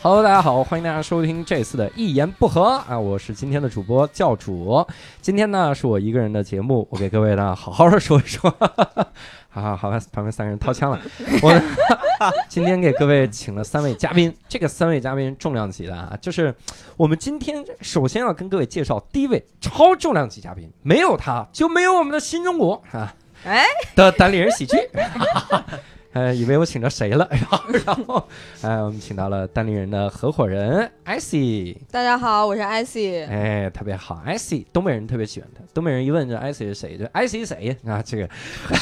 Hello， 大家好，欢迎大家收听这次的一言不合啊，我是今天的主播教主。今天呢是我一个人的节目，我给各位呢好好的说一说。好，旁边三个人掏枪了。我今天给各位请了3位嘉宾，这个3位嘉宾重量级的啊，就是我们今天首先要跟各位介绍第一位超重量级嘉宾，没有他就没有我们的新中国啊的单立人喜剧。以为我请着谁了，然后我们请到了单立人的合伙人 IC。 大家好，我是 IC。 特别好， IC 东北人特别喜欢他，东北人一问这 IC 是谁，就 IC 谁啊，这个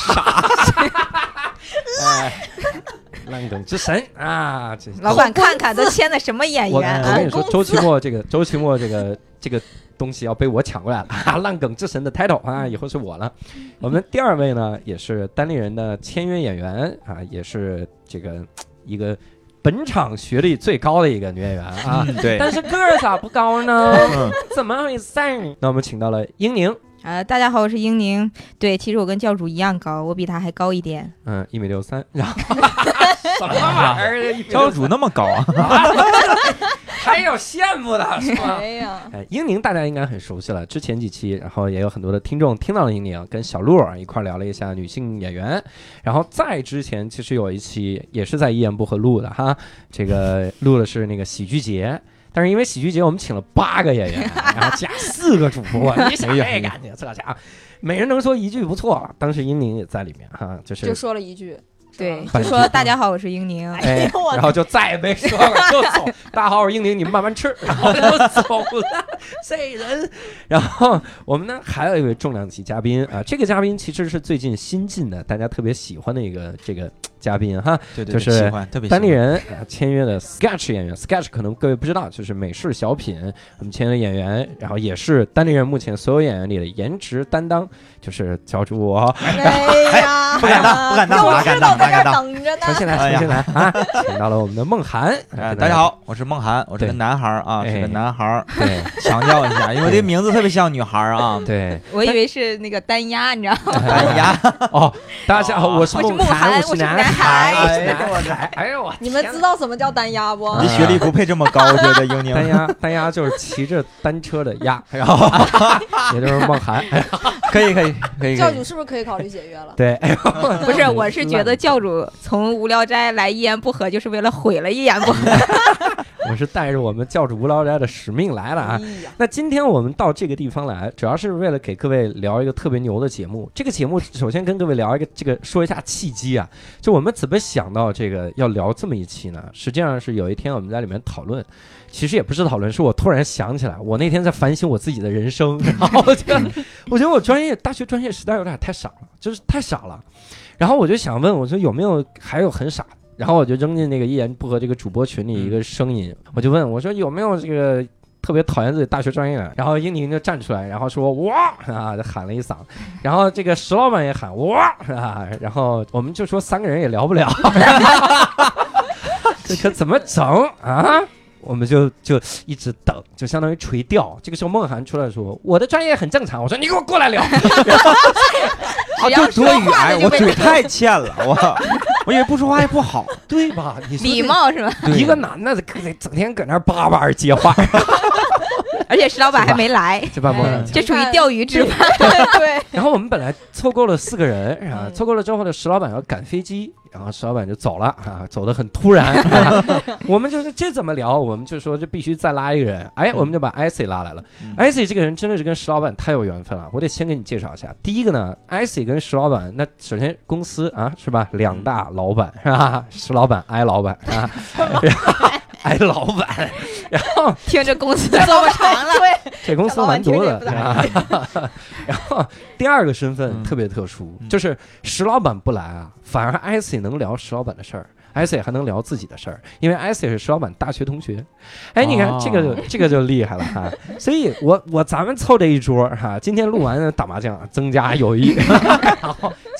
烂梗之神啊，这老板看看都签的什么演员啊。 我跟你说，周奇墨这个东西要被我抢过来了啊！烂梗之神的 title 啊，以后是我了。我们第2位呢，也是单立人的签约演员啊，也是这个一个本场学历最高的一个女演员啊。 对， 但是个儿咋不高呢？怎么回事？那我们请到了英宁。 大家好，我是英宁。对，其实我跟教主一样高，我比他还高一点。 1.63米。然后什么玩意儿？ 教主那么高啊？ 还有羡慕的是吧？英宁大家应该很熟悉了，之前几期，然后也有很多的听众听到了英宁，跟小鹿一块聊了一下女性演员。然后在之前其实有一期也是在一言不合录的哈，这个录的是那个喜剧节。但是因为喜剧节我们请了8个演员，然后加4个主播，你想这感觉，这家伙每人能说一句不错。当时英宁也在里面哈，就说了一句， 对，就说大家好，我是英宁， 然后就再也没说了，就走。大家好，我是英宁，你们慢慢吃，然后就走了。这人，然后我们呢还有一位重量级嘉宾啊，这个嘉宾其实是最近新进的，大家特别喜欢的一个这个嘉宾哈， 对， 就是单立人签约的 Sketch 演员 ，Sketch 可能各位不知道，就是美式小品我们签约的演员，然后也是单立人目前所有演员里的颜值担当，就是教主我。 哎呀， 不敢当， 重新来啊！请到了我们的梦涵。 大家好，我是梦涵，我是个男孩啊，是个男孩。 对， 强调一下，因为这名字特别像女孩啊。 对， 我以为是那个单压，你知道吗？ 单压哦，大家好，我是梦涵，我是男孩。哎呦我！ 你们知道什么叫单压不？ 你学历不配这么高，我觉得英宁。 单压就是骑着单车的压，然后也就是梦涵。 可以。 教主是不是可以考虑解约了？ 对， 不是，我是觉得教主从无聊斋来一言不合，就是为了毁了一言不合。 我是带着我们教主无聊斋的使命来了啊！那今天我们到这个地方来，主要是为了给各位聊一个特别牛的节目。这个节目首先跟各位聊一个说一下契机啊，就我们怎么想到这个要聊这么一期呢？实际上是有一天我们在里面讨论，其实也不是讨论，是我突然想起来，我那天在反省我自己的人生，然后我觉得我大学专业实在有点太傻了，就是太傻了。然后我就想问，我说有没有还有很傻？然后我就扔进那个一言不合这个主播群里一个声音，我就问我说有没有这个特别讨厌自己大学专业的？然后英宁就站出来，然后说哇啊，就喊了一嗓，然后这个石老板也喊哇啊，然后我们就说3个人也聊不了，这可怎么整啊？我们就一直等，就相当于垂钓。这个时候梦涵出来说我的专业很正常，我说你给我过来聊。 就多语哎，我嘴太欠了，我以为不说话也不好， 对吧？你礼貌是吧？ 一个男的整天搁那叭叭接话， 而且石老板还没来，这属于钓鱼执法。 对。 然后我们本来凑够了4个人啊，凑够了之后呢，石老板要赶飞机，然后石老板就走了啊，走得很突然。我们就是这怎么聊？我们就说这必须再拉一个人，我们就把 IC 拉来了。IC 这个人真的是跟石老板太有缘分了，我得先给你介绍一下。第一个呢 ，IC 跟石老板，那首先公司啊是吧，2大老板是吧？石老板、I 老板啊。挨老板，然后听着公司做不长了， 这公司蛮多的。然后第2个身份特别特殊，就是石老板不来啊，反而 IC 能聊石老板的事儿。IC 还能聊自己的事儿，因为 IC 是石老板大学同学。你看这个就厉害了哈。所以咱们凑这一桌哈，今天录完打麻将，增加友谊。然后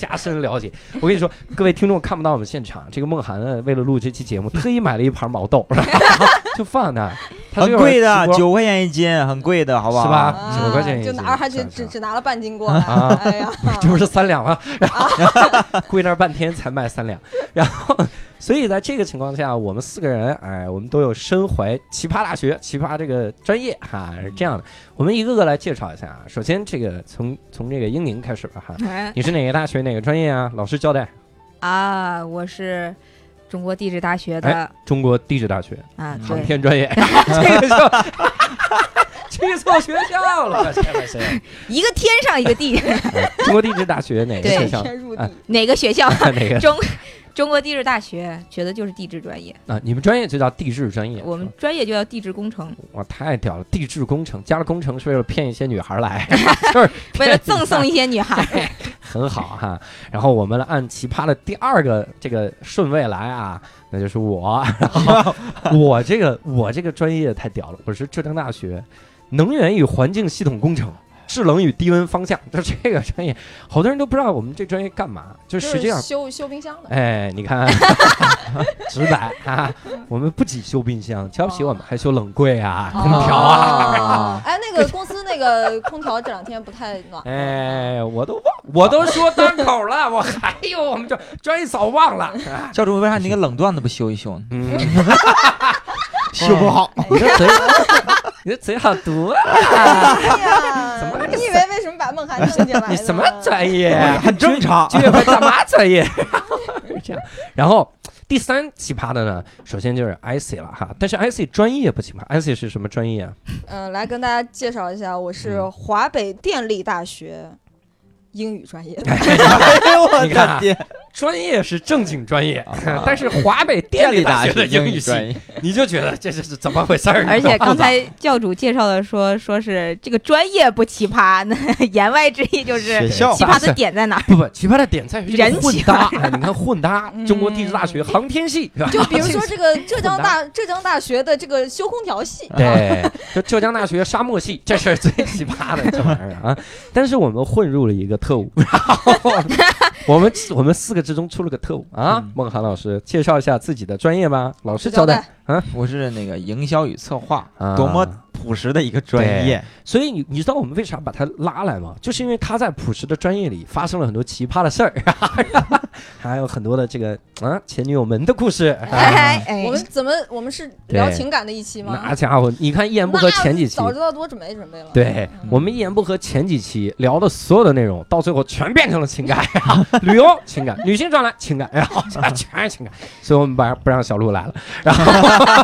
加深了解。我跟你说，各位听众看不到我们现场，这个梦涵呢，为了录这期节目，特意买了一盘毛豆，就放那， 很贵的，9块钱一斤，很贵的，好不好？ 是吧？9块钱一斤， 就拿还只拿了半斤过来，哎呀， 这不是3两吗？然后跪那儿半天才卖3两，然后。所以在这个情况下，我们4个人，哎，我们都有身怀奇葩大学、奇葩这个专业哈，是这样的。我们一个个来介绍一下啊。首先，这个从这个英宁开始吧哈。你是哪个大学哪个专业啊？老师交代。 啊，我是中国地质大学的。 中国地质大学啊， 航天专业。这个就去错学校了， 一个天上一个地。 中国地质大学哪个学校？ 哪个学校？ 哪个？ 中国地质大学学的就是地质专业啊，你们专业就叫地质专业， 我们专业就叫地质工程。 哇，太屌了！地质工程加了工程是为了骗一些女孩来，就是为了赠送一些女孩， 很好哈。然后我们来按奇葩的第2个这个顺位来啊，那就是我。然后我这个专业太屌了，我是浙江大学能源与环境系统工程。制冷与低温方向，就这个专业，好多人都不知道我们这专业干嘛，就实际上修冰箱的。 哎，你看，直白啊，我们不仅修冰箱，瞧不起我们，还修冷柜啊、空调啊。 哎，那个公司那个空调这2天不太暖。 哎，我都说单口了，我还有我们这专业早忘了。 教主，为啥你那个冷段子不修一修呢？修不好， 你的嘴好毒啊！ 怎么？你以为什么把梦涵弄进来？ 你什么专业？ 很正常， 居委会大妈专业。这样，然后第3奇葩的呢，首先就是 IC 了哈，但是 IC 专业不奇葩 ，IC 是什么专业啊？ 来跟大家介绍一下，我是华北电力大学英语专业的。 你看，专业是正经专业，但是华北电力大学的英语系，你就觉得这是怎么回事儿？ 而且刚才教主介绍的说是这个专业不奇葩，那言外之意就是奇葩的点在哪儿？ 不，奇葩的点在于人混搭。你看混搭，中国地质大学航天系， 就比如说这个浙江大学的这个修空调系， 对，就浙江大学沙漠系，这是最奇葩的这玩意儿啊！但是我们混入了一个特务，然后我们4个之中出了个特务啊！孟涵老师介绍一下自己的专业吧，老师交代啊， 我是那个营销与策划，多么朴实的一个专业。 所以你知道我们为啥把他拉来吗？就是因为他在朴实的专业里发生了很多奇葩的事儿，还有很多的这个前女友们的故事。 我们是聊情感的一期吗？ 那家伙，你看一言不合前几期， 早知道多准备了。 对，我们一言不合前几期聊的所有的内容，到最后全变成了情感，旅游情感，女性专栏情感，然后全是情感，所以我们不让小鹿来了，然后。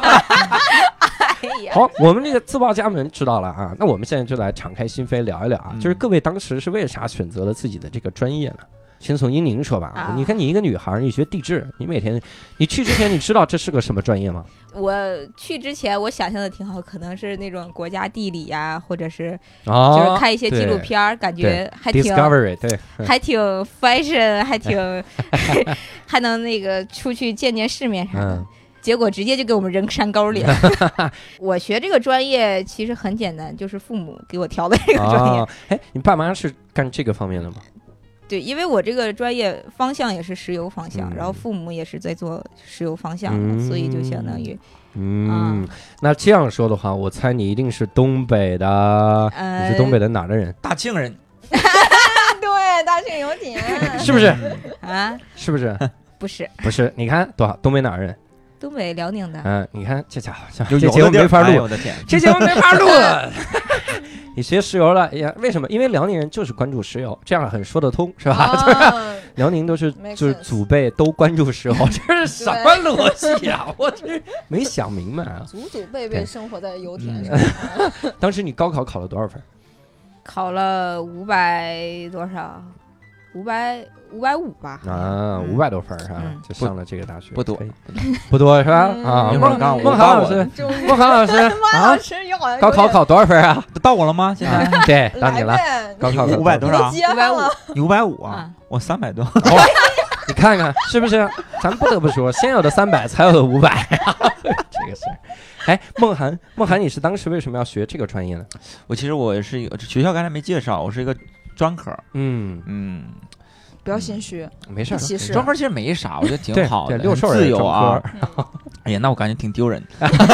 好，我们这个自报家门知道了啊，那我们现在就来敞开心扉聊一聊啊，就是各位当时是为啥选择了自己的这个专业呢？先从英宁说吧，你看你一个女孩，你学地质，你每天你去之前你知道这是个什么专业吗？ 我去之前我想象的挺好，可能是那种国家地理呀，或者是就是看一些纪录片，感觉还挺 Discovery， 对， 还挺 fashion， 还挺还能那个出去见见世面啥的。结果直接就给我们扔山沟里了。我学这个专业其实很简单，就是父母给我挑的这个专业。 哎，你爸妈是干这个方面的吗？ 对，因为我这个专业方向也是石油方向，然后父母也是在做石油方向的，所以就相当于那这样说的话，我猜你一定是东北的，你是东北的哪的人？ 大庆人。 对，大庆油田， 是不是啊？ 是不是？ 不是，你看多少东北哪人？ 东北辽宁的。 你看这家伙，这节目没法录，我的天，这节目没法录。你学石油了呀？为什么？因为辽宁人就是关注石油，这样很说得通，是吧？就是辽宁都是就是祖辈都关注石油，这是什么逻辑呀？我这没想明白啊！ 祖辈生活在油田上。 当时你高考考了多少分？ 考了500多少？550吧。 啊，500多分啊，就上了这个大学， 不多是吧？啊，孟涵老师， 啊， 高考考多少分啊？ 到我了吗？现在对，到你了。高考 500多少 ？550。 你550啊？我300多。 你看看是不是？咱不得不说，先有的300，才有的500。这个是。哎，孟涵，你是当时为什么要学这个专业呢？ 我其实是一个学校刚才没介绍，我是一个专科。 不要心虚， 没事儿， 歧视。 专科其实没啥，我觉得挺好的， 对，6兽自由啊。哎呀，那我感觉挺丢人。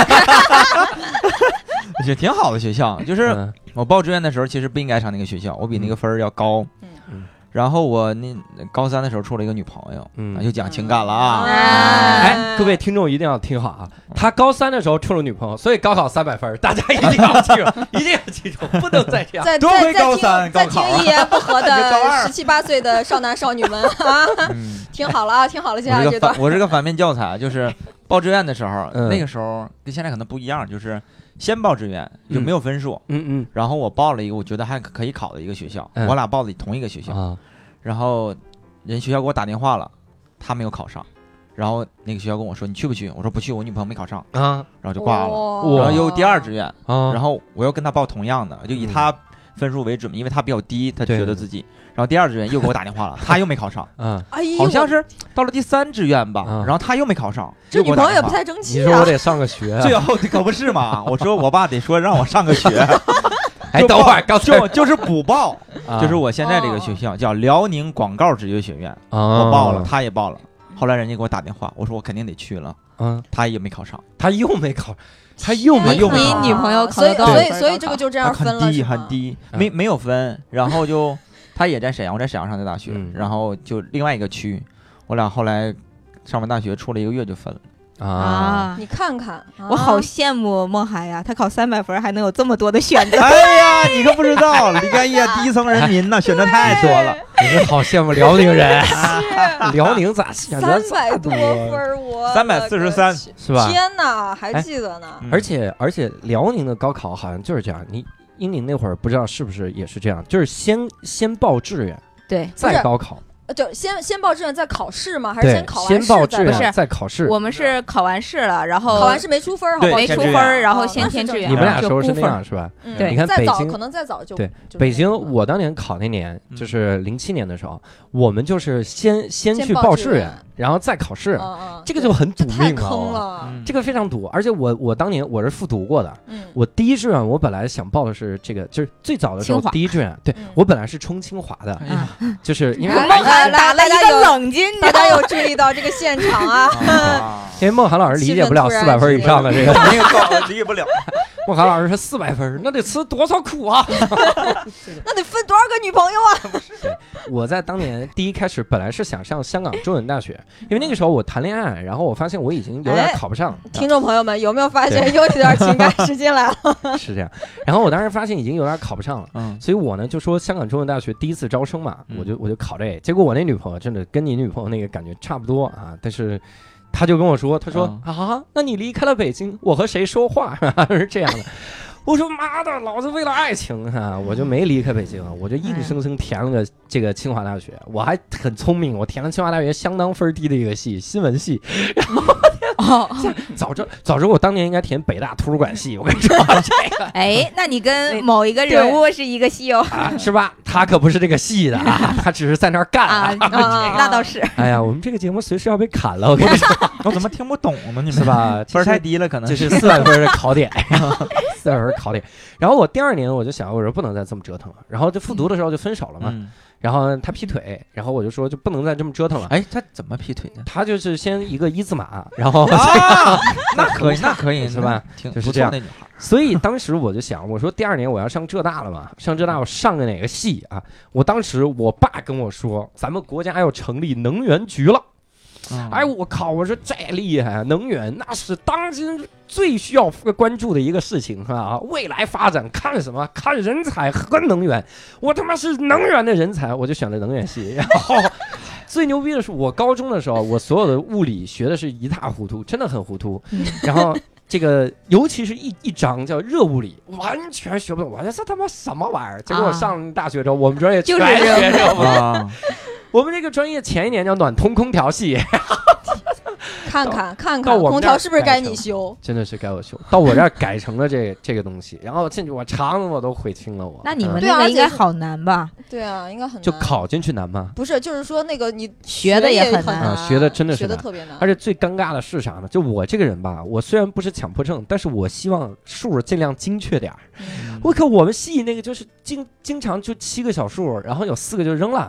我觉得挺好的学校，就是我报志愿的时候，其实不应该上那个学校，我比那个分儿要高。然后我那高3的时候处了一个女朋友，又讲情感了啊！ 哎，各位听众一定要听好啊！他高3的时候处了女朋友，所以高考300分，大家一定要记住，一定要记住，不能再这样。 多亏高3高考再听一言不合的17、18岁的少男少女们啊，听好了啊，听好了，接下来这段。 我是个反面教材，就是报志愿的时候，那个时候跟现在可能不一样，就是先报志愿就没有分数，然后我报了一个我觉得还可以考的一个学校，我俩报的同一个学校，然后人学校给我打电话了，他没有考上，然后那个学校跟我说你去不去？我说不去，我女朋友没考上然后就挂了。然后又第2志愿然后我又跟他报同样的，就以他分数为准，因为他比较低，他觉得自己。然后第2志愿又给我打电话了，他又没考上，好像是到了第3志愿吧，然后他又没考上。 这女朋友也不太争气你说我得上个学， 最后可不是嘛？我说我爸得说让我上个学。 哎，等会儿，刚才就是补报，就是我现在这个学校叫辽宁广告职业学院，我报了，他也报了。后来人家给我打电话，我说我肯定得去了，他也没考上， 他又没考。 你女朋友考了多少分？ 所以这个就这样分了， 很低，没有分。然后就他也在沈阳，我在沈阳上的大学，然后就另外一个区，我俩后来上完大学处了1个月就分了。 你看看， 我好羡慕孟涵呀，他考300分还能有这么多的选择。 哎呀，你可不知道，李干业低层人民呐，选择太多了。 你是好羡慕辽宁人，辽宁咋选择 300多分？我 343 是吧？ 天哪，还记得呢。 而且辽宁的高考好像就是这样，英宁那会儿不知道是不是也是这样，就是先报志愿， 对， 再高考。 就先报志愿再考试吗？还是先考完试先报志愿再考试？ 我们是考完试了，然后考完试没出分， 没出分，然后先填志愿。 你们俩时候是那样是吧？ 对， 你看北京可能再早就对。北京我当年考那年就是07年的时候，我们就是先去报志愿，然后再考试，这个就很赌命了， 这个非常赌。而且我当年我是复读过的，我第1志愿我本来想报的是这个，就是最早的时候第1志愿，对我本来是冲清华的，就是因为打了一个冷筋， 大家有注意到这个现场啊？ 因为孟涵老师理解不了400分以上的这个， 理解不了。 孟涵老师说400分，那得吃多少苦啊？ 那得分多少个女朋友啊？ 对，我在当年第一开始本来是想上香港中文大学，因为那个时候我谈恋爱，然后我发现我已经有点考不上。 听众朋友们有没有发现又有点情感使进来了？ 是这样，然后我当时发现已经有点考不上了，所以我呢就说香港中文大学第1次招生嘛，我就考这，结果我那女朋友真的跟你女朋友那个感觉差不多啊，但是。他就跟我说，他说那你离开了北京，我和谁说话是这样的。我说妈的，老子为了爱情我就没离开北京，我就硬生生填了个这个清华大学。我还很聪明，我填了清华大学相当分低的一个系，新闻系。然后早知我当年应该填北大图书馆系。我跟你说这个， 哎，那你跟某一个人物是一个系哦， 是吧？他可不是这个系的他只是在那儿干那倒是。 哎呀，我们这个节目随时要被砍了，我跟你说， 我怎么听不懂呢？你们是吧？ 分太低了，可能这是400分的考点，400分考点。然后我第2年我就想，我说不能再这么折腾了。然后就复读的时候就分手了嘛。然后他劈腿，然后我就说就不能再这么折腾了。 哎，他怎么劈腿的？ 他就是先一个1字马，然后那可以是吧？就是这样。所以当时我就想，我说第2年我要上浙大了嘛，上浙大我上个哪个系啊？我当时我爸跟我说，咱们国家要成立能源局了。哎，我靠！我说这厉害，能源那是当今最需要关注的一个事情啊！未来发展看什么？看人才和能源。我他妈是能源的人才，我就选了能源系。然后最牛逼的是，我高中的时候，我所有的物理学的是一塌糊涂，真的很糊涂。然后这个尤其是一章叫热物理，完全学不懂。我说这他妈什么玩意儿？结果我上大学之后，我们专业全学热物理。我们这个专业前1年叫暖通空调系， 看看空调是不是该你修？ 真的是该我修。到我这儿改成了这个东西，然后进去我肠子我都悔青了我。 那你们那个应该好难吧？ 对啊，应该很难。 就考进去难吗？ 不是，就是说那个你学的也很难， 学的真的是学的特别难。 而且最尴尬的是啥呢？就我这个人吧，我虽然不是强迫症，但是我希望数尽量精确点。我靠，我们系那个就是经常就7个小数，然后有4个就扔了。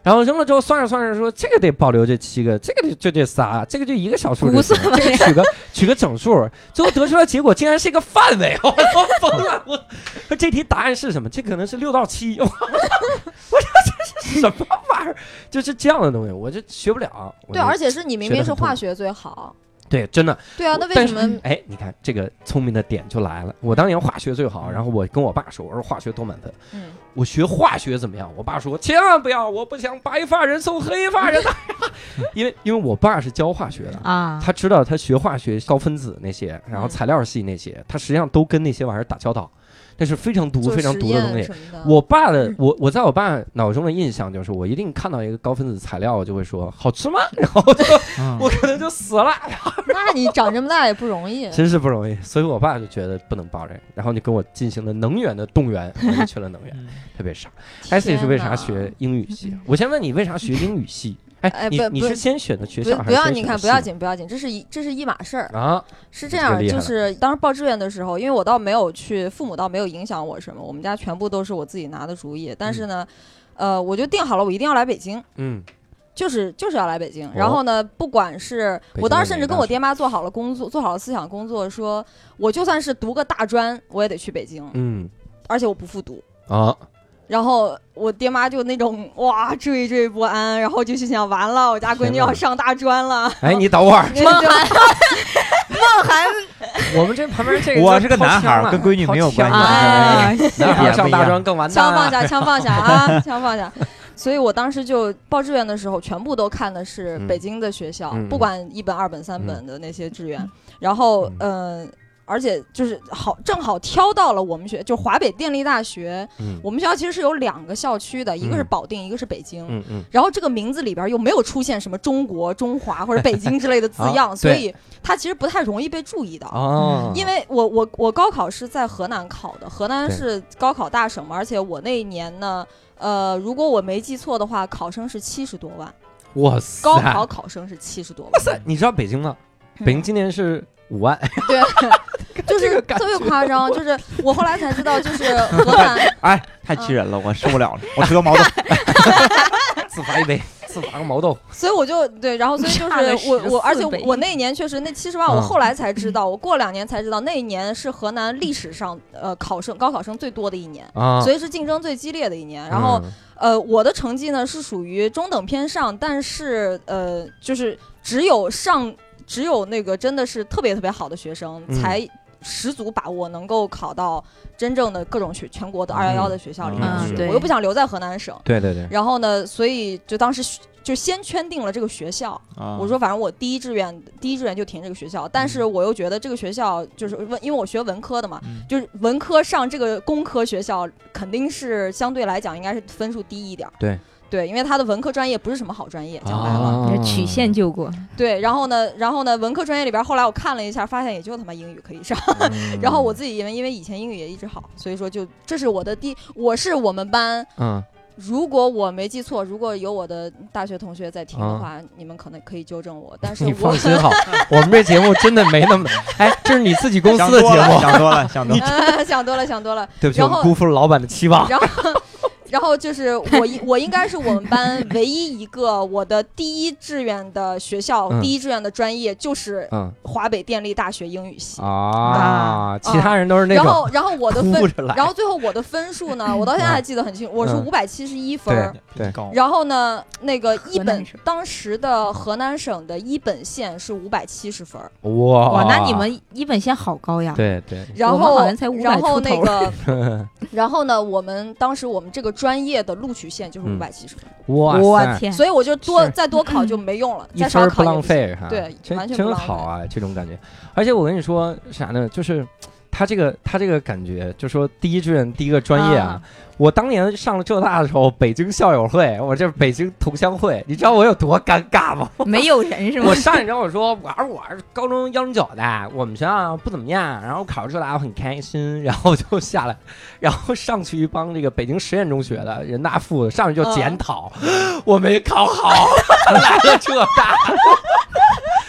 然后扔了之后算着算着说这个得保留这7个，这个就这仨，这个就一个小数就行，这个取个整数，最后得出来结果竟然是一个范围，我都疯了。我说这题答案是什么？这可能是6到7。我说这是什么玩意儿？就是这样的东西，我就学不了。 对，而且是你明明是化学最好。 对，真的。 对啊，那为什么？ 哎，你看这个聪明的点就来了。我当年化学最好，然后我跟我爸说，我说化学多满分。我学化学怎么样？我爸说千万不要，我不想白发人送黑发人。因为我爸是教化学的啊，他知道他学化学高分子那些，然后材料系那些，他实际上都跟那些玩意儿打交道。那是非常毒的东西。我爸的我在我爸脑中的印象就是，我一定看到一个高分子材料，我就会说好吃吗？然后就我可能就死了。 那你长这么大也不容易， 真是不容易。所以我爸就觉得不能报这个，然后就跟我进行了能源的动员，我就去了能源，特别傻。S 是为啥学英语系？我先问你为啥学英语系？哎，你是先选的学校还是？ 不要，你看不要紧，这是一码事儿啊。是这样，就是当时报志愿的时候，因为我倒没有去，父母倒没有影响我什么，我们家全部都是我自己拿的主意。但是呢，我就定好了，我一定要来北京。就是要来北京。然后呢，不管是我当时甚至跟我爹妈做好了工作，做好了思想工作，说我就算是读个大专，我也得去北京。而且我不复读啊。然后我爹妈就那种哇惴惴不安，然后就想完了，我家闺女要上大专了。 哎，你等会儿， 梦涵， 我们这旁边这个我是个男孩，跟闺女没有关系。 男孩上大专更完蛋。 枪放下啊，枪放下。所以我当时就报志愿的时候，全部都看的是北京的学校，不管1本、2本、3本的那些志愿。然后而且就是正好挑到了我们就华北电力大学。我们学校其实是有2个校区的，一个是保定，一个是北京。然后这个名字里边又没有出现什么中国、中华或者北京之类的字样，所以它其实不太容易被注意到。因为我高考是在河南考的，河南是高考大省嘛，而且我那一年呢，如果我没记错的话，考生是70多万。 哇塞！ 高考考生是70多万。 哇塞！你知道北京吗？北京今年是5万。 对。就是特别夸张，就是我后来才知道，就是河南， 哎，太气人了，我受不了了，我吃个毛豆， 自罚一杯，自罚个毛豆。 所以我就对，然后所以就是我，而且我那一年确实那70万，我后来才知道，我过2年才知道，那一年是河南历史上高考生最多的一年，所以是竞争最激烈的一年。然后我的成绩呢是属于中等偏上，但是就是只有那个真的是特别特别好的学生才十足把握能够考到真正的各种全国的211的学校里面去。我又不想留在河南省。对。然后呢，所以就当时就先圈定了这个学校。我说反正我第一志愿就填这个学校，但是我又觉得这个学校就是因为我学文科的嘛，就是文科上这个工科学校肯定是相对来讲应该是分数低一点。对，因为他的文科专业不是什么好专业，讲白了， 曲线救国。 对，然后呢，文科专业里边，后来我看了一下，发现也就他妈英语可以上。然后我自己因为以前英语也一直好，所以说这是我的我是我们班。如果我没记错，如果有我的大学同学在听的话，你们可能可以纠正我。但是你放心好，我们这节目真的没那么……哎，这是你自己公司的节目， 想多了， 想多了。 对不起，我们辜负了老板的期望。 然后就是我应该是我们班唯一一个我的第一志愿的学校，第一志愿的专业就是华北电力大学英语系啊，其他人都是那种。 然后我的分，然后最后我的分数呢，我到现在还记得很清楚，我是571分。 对。 然后呢，那个当时的河南省的一本线是570分。 哇，那你们一本线好高呀。 对。 然后好像才500出头。 然后呢，当时我们这个专业的录取线就是570分。 哇天！ 所以我就再多考就没用了，再少考不浪费哈。 对，完全真好啊，这种感觉。而且我跟你说啥呢？就是他这个感觉，就说第一志愿第一个专业啊。我当年上了浙大的时候，北京校友会，我这北京同乡会，你知道我有多尴尬吗？ 没有人是吗？ 我上去之后我说我是高中109的，我们学校不怎么样，然后考浙大我很开心，然后就下来，然后上去一帮这个北京实验中学的人大附上去就检讨，我没考好，来了浙大。我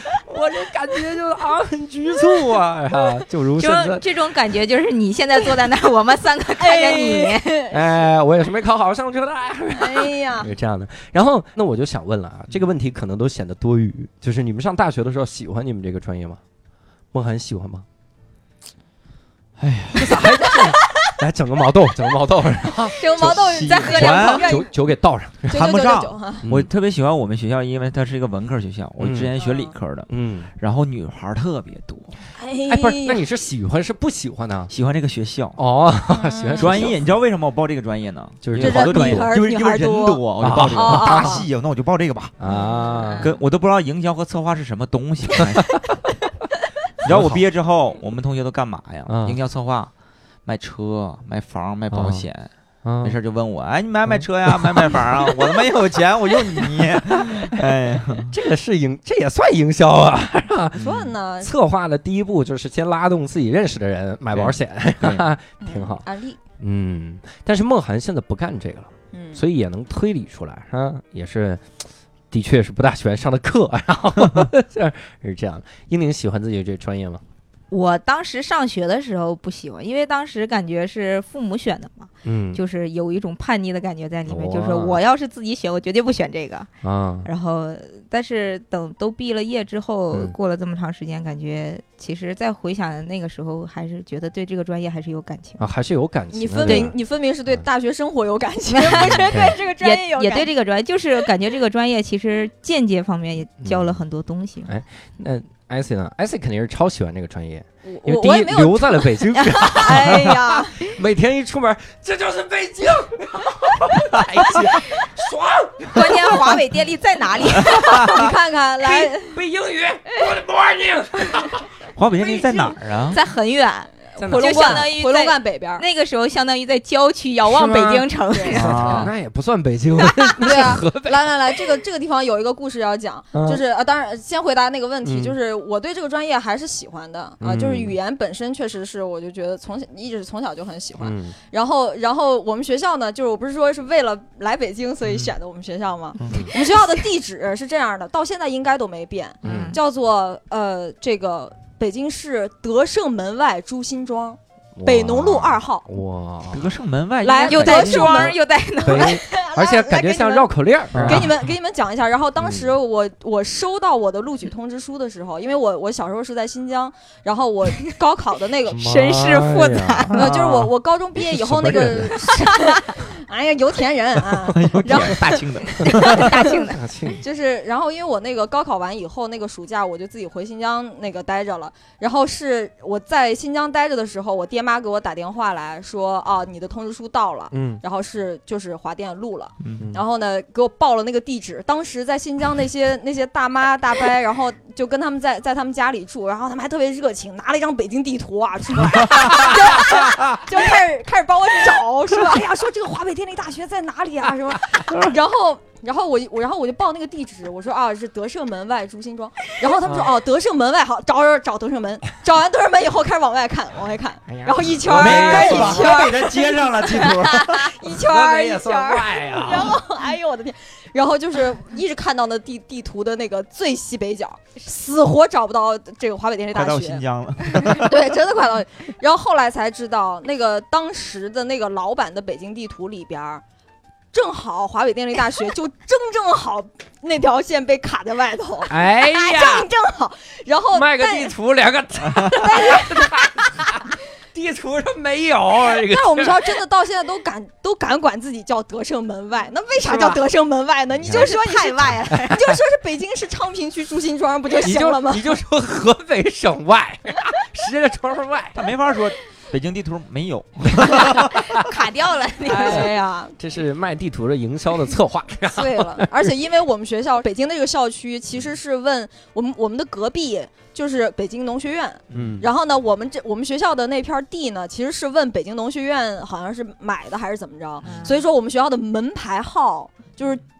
我这感觉就很局促啊，就如现在这种感觉就是你现在坐在那儿，我们3个看着你， 我也是没考好上去的， 哎呀， 是这样的。然后那我就想问了啊，这个问题可能都显得多余，就是你们上大学的时候喜欢你们这个专业吗？梦涵喜欢吗？ 哎呀， 这咋还来整个毛豆，整个毛豆再喝2口酒给倒上， 谈不上。我特别喜欢我们学校，因为它是一个文科学校，我之前学理科的，然后女孩特别多。 哎，不是，那你是喜欢是不喜欢呢？ 喜欢这个学校哦，喜欢专业。你知道为什么我报这个专业呢？ 就是好多专业，因为人多，我就报这个大戏，那我就报这个吧。 啊， 跟我都不知道营销和策划是什么东西。你知道我毕业之后，我们同学都干嘛呀？营销策划。卖车、卖房、卖保险，没事就问我，哎，你买车呀，买房啊？我他妈有钱，我用你。哎， 这也算营销啊？ 算呢。 策划的第一步就是先拉动自己认识的人买保险，挺好。 案例。 但是梦涵现在不干这个了，所以也能推理出来，也是。的确是不大喜欢上的课，然后是这样的。英玲喜欢自己这专业吗？ 我当时上学的时候不喜欢，因为当时感觉是父母选的嘛，就是有一种叛逆的感觉在里面，就是我要是自己选，我绝对不选这个啊。然后，但是等都毕了业之后，过了这么长时间，感觉其实再回想那个时候，还是觉得对这个专业还是有感情啊，还是有感情。 你分明是对大学生活有感情，不是对这个专业有感情。 也对这个专业，就是感觉这个专业其实间接方面也教了很多东西。 哎，那。艾 C 呢？艾 C 肯定是超喜欢这个专业，因为第一留在了北京。 哎呀， 每天一出门，这就是北京，爽！ 关键华为电力在哪里？ 你看看，来背英语 ，Good morning。 华为电力在哪儿啊？ 在很远。 就相当于回龙观北边， 那个时候相当于在郊区遥望北京城， 那也不算北京。 对啊，来，这个地方有一个故事要讲，就是当然先回答那个问题，就是我对这个专业还是喜欢的啊，就是语言本身确实是，我就觉得一直从小就很喜欢。然后我们学校呢，就是我不是说是为了来北京所以选的我们学校吗？我们学校的地址是这样的，到现在应该都没变，叫做这个。北京市德胜门外朱辛庄，北农路2号。 哇， 德胜门外来又带庄又带农， 而且感觉像绕口令。 给你们讲一下。然后当时我收到我的录取通知书的时候，因为我小时候是在新疆，然后我高考的那个身世复杂， 就是我高中毕业以后那个，哎呀，油田人啊，然后大庆的， 就是然后因为我那个高考完以后那个暑假我就自己回新疆那个待着了，然后是我在新疆待着的时候，我爹妈给我打电话来说啊，你的通知书到了，然后就是华电录了，然后呢给我报了那个地址，当时在新疆那些大妈大伯，然后就跟他们在他们家里住，然后他们还特别热情，拿了一张北京地图啊出来，就开始帮我找，说哎呀，说这个华北电力大学在哪里啊什么，然后我就报那个地址，我说啊是德胜门外朱辛庄，然后他们说哦德胜门外好，找德胜门，找完德胜门以后开始往外看，然后一圈给他接上了地图， 一圈，然后哎呦我的天，然后就是一直看到那地图的那个最西北角，死活找不到这个华北电力大学， 快到新疆了， 对，真的快到，然后后来才知道那个当时的那个老版的北京地图里边。正好华北电力大学就正好那条线被卡在外头， 哎呀， 正好，然后卖个地图2个，地图上没有这个。 但我们学校真的到现在都敢管自己叫德胜门外，那为啥叫德胜门外呢？你就说太外了， 你就说是北京市昌平区朱辛庄不就行了吗？ 你就说河北省外，石家庄外， 他没法说。北京地图没有卡掉了， 哎呀， 这是卖地图的营销的策划。 对了，而且因为我们学校北京的这个校区其实是问我们的隔壁就是北京农学院，然后呢我们学校的那片地呢其实是问北京农学院好像是买的还是怎么着，所以说我们学校的门牌号就是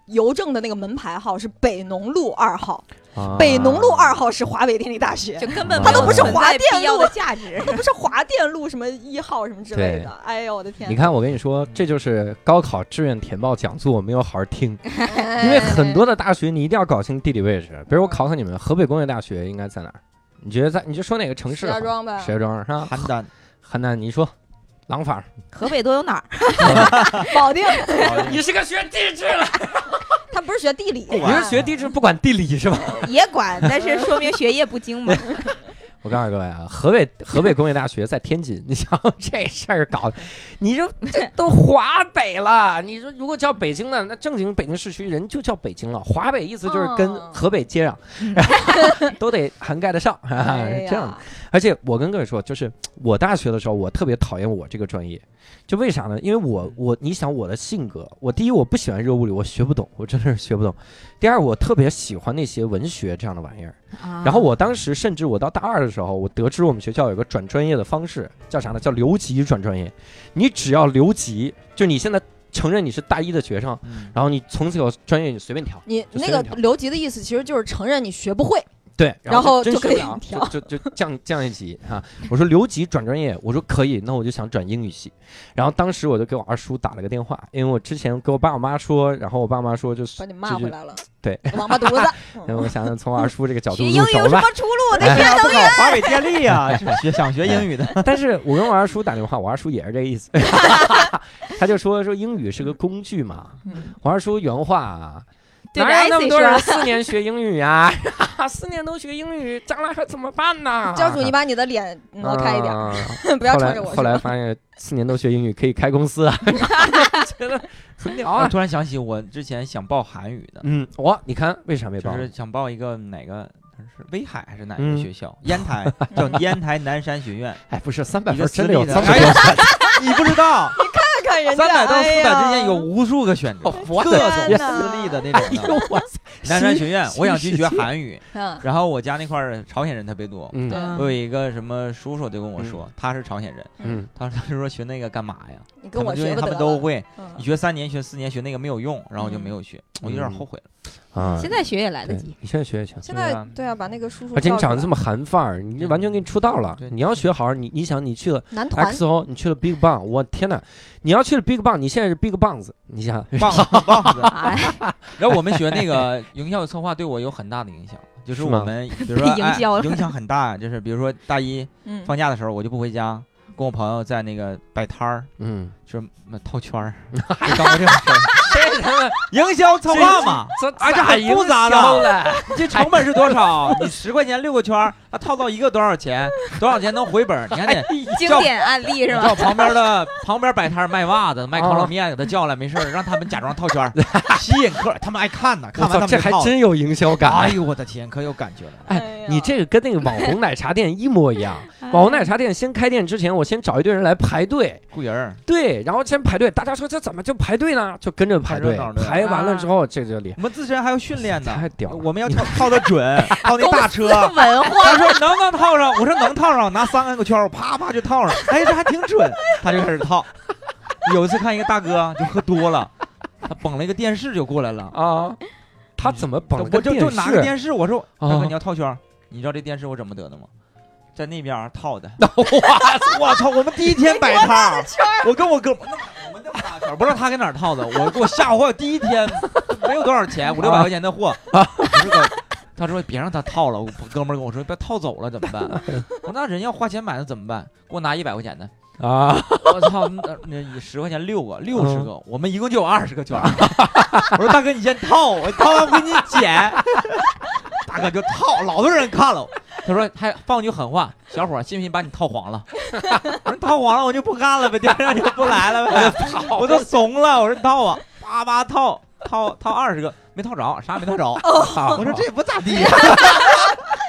邮政的那个门牌号是北农路2号。北农路2号是华北电力大学， 就根本它都不是华电路的价值， 它都不是华电路什么1号什么之类的。哎呦我的天！ 你看我跟你说，这就是高考志愿填报讲座我没有好好听，因为很多的大学你一定要搞清地理位置。比如我考考你们，河北工业大学应该在哪儿？你觉得你就说哪个城市？ 石家庄呗。 石家庄是吧？邯郸，你说。廊坊， 河北都有哪儿？ 保定， 你是个学地质的， 他不是学地理， 你是学地质不管地理是吧？ 也管，但是说明学业不精嘛。 我告诉各位啊，河北工业大学在天津，你想这事儿搞的，你说这都华北了，你说如果叫北京呢，那正经北京市区人就叫北京了，华北意思就是跟河北接壤，都得涵盖得上，这样。而且我跟各位说，就是我大学的时候，我特别讨厌我这个专业，就为啥呢？因为你想我的性格，我第一我不喜欢热物理，我学不懂，我真的是学不懂。第二，我特别喜欢那些文学这样的玩意儿。然后我当时甚至我到大2的时候，我得知我们学校有个转专业的方式，叫啥呢？叫留级转专业。你只要留级，就你现在承认你是大1的学生，然后你从此有专业你随便调。 你那个留级的意思其实就是承认你学不会。 对， 然后就可以调，就降一级哈。我说留级转专业，我说可以，那我就想转英语系。然后当时我就给我二叔打了个电话，因为我之前跟我爸我妈说，然后我爸妈说就是把你骂回来了。 对， 王八犊子。 然后我想从二叔这个角度入手吧。学英语有什么出路？得学能源。 华北电力啊，想学英语的。 但是我跟我二叔打电话，我二叔也是这个意思，他就说英语是个工具嘛。我二叔原话啊。哪有那么多人4年学英语啊？4年都学英语，将来可怎么办呢？ 教主，你把你的脸挪开一点，不要冲着我。 后来发现4年都学英语可以开公司啊，觉得很屌啊！ 突然想起我之前想报韩语的， 你看为啥没报？ 就是想报一个哪个是威海还是哪个学校？烟台叫烟台南山学院。 哎，不是300分真的有300分， 你不知道？ 看人家 300到400之间有无数个选择，各种私立的那种的。南山学院，我想去学韩语，然后我家那块儿朝鲜人特别多，我有一个什么叔叔就跟我说，他是朝鲜人，他说学那个干嘛呀？ 你跟我学他们都会，你学3年学4年学那个没有用，然后我就没有学，我有点后悔了。 现在学也来得及， 你现在学也行。 现在对啊，把那个叔叔。 而且你长得这么韩范儿，你完全给你出道了。你要学好，你想你去了 XO， 你去了 Big Bang， 我天哪！你要去了 Big Bang， 你现在是 Big Bangs， 你想棒子。然后我们学那个营销策划对我有很大的影响，就是我们比如说影响很大，就是比如说大1放假的时候，我就不回家，跟我朋友在那个摆摊儿，就是套圈儿，就干过这种事儿。营销策划嘛，而且很复杂的。这成本是多少？你10块钱6个圈，他套到一个多少钱？多少钱能回本？你看得经典案例是吧？ 叫旁边摆摊卖袜子、卖烤冷面，给他叫来，没事让他们假装套圈，吸引客，他们爱看呢。看完他们这还真有营销感。 哎呦我的天，可有感觉了。 哎，你这个跟那个网红奶茶店一模一样。网红奶茶店先开店之前，我先找一堆人来排队雇人， 对，然后先排队。大家说这怎么就排队呢？就跟着排队，排完了之后这就厉害。 我们自身还要训练呢， 太屌了！ 我们要套得准，套那大车。 文化。 他说能不能套上？我说能套上，拿3个圈，我啪啪就套上。哎，这还挺准，他就开始套。有一次看一个大哥就喝多了，他捧了一个电视就过来了啊。 他怎么捧了个电视？ 我就拿个电视，我说大哥你要套圈，你知道这电视我怎么得的吗？在那边套的。我操！我们第1天摆摊，我跟我哥们那么大圈，不知道他给哪儿套的，给我吓坏。第1天没有多少钱，500-600块钱的货。他说别让他套了，我哥们跟我说别套走了怎么办？我说那人要花钱买的怎么办？给我拿100块钱的啊！我操，那10块钱6个，60个，我们一共就有20个圈。我说大哥你先套，我套完我给你剪。大哥就套，老多人看了。他说还放句狠话，小伙信不信把你套黄了？我说套黄了我就不干了呗，第2天就不来了呗。我都怂了，我说套啊，叭叭套20个，没套着，啥也没套着。我说这也不咋地。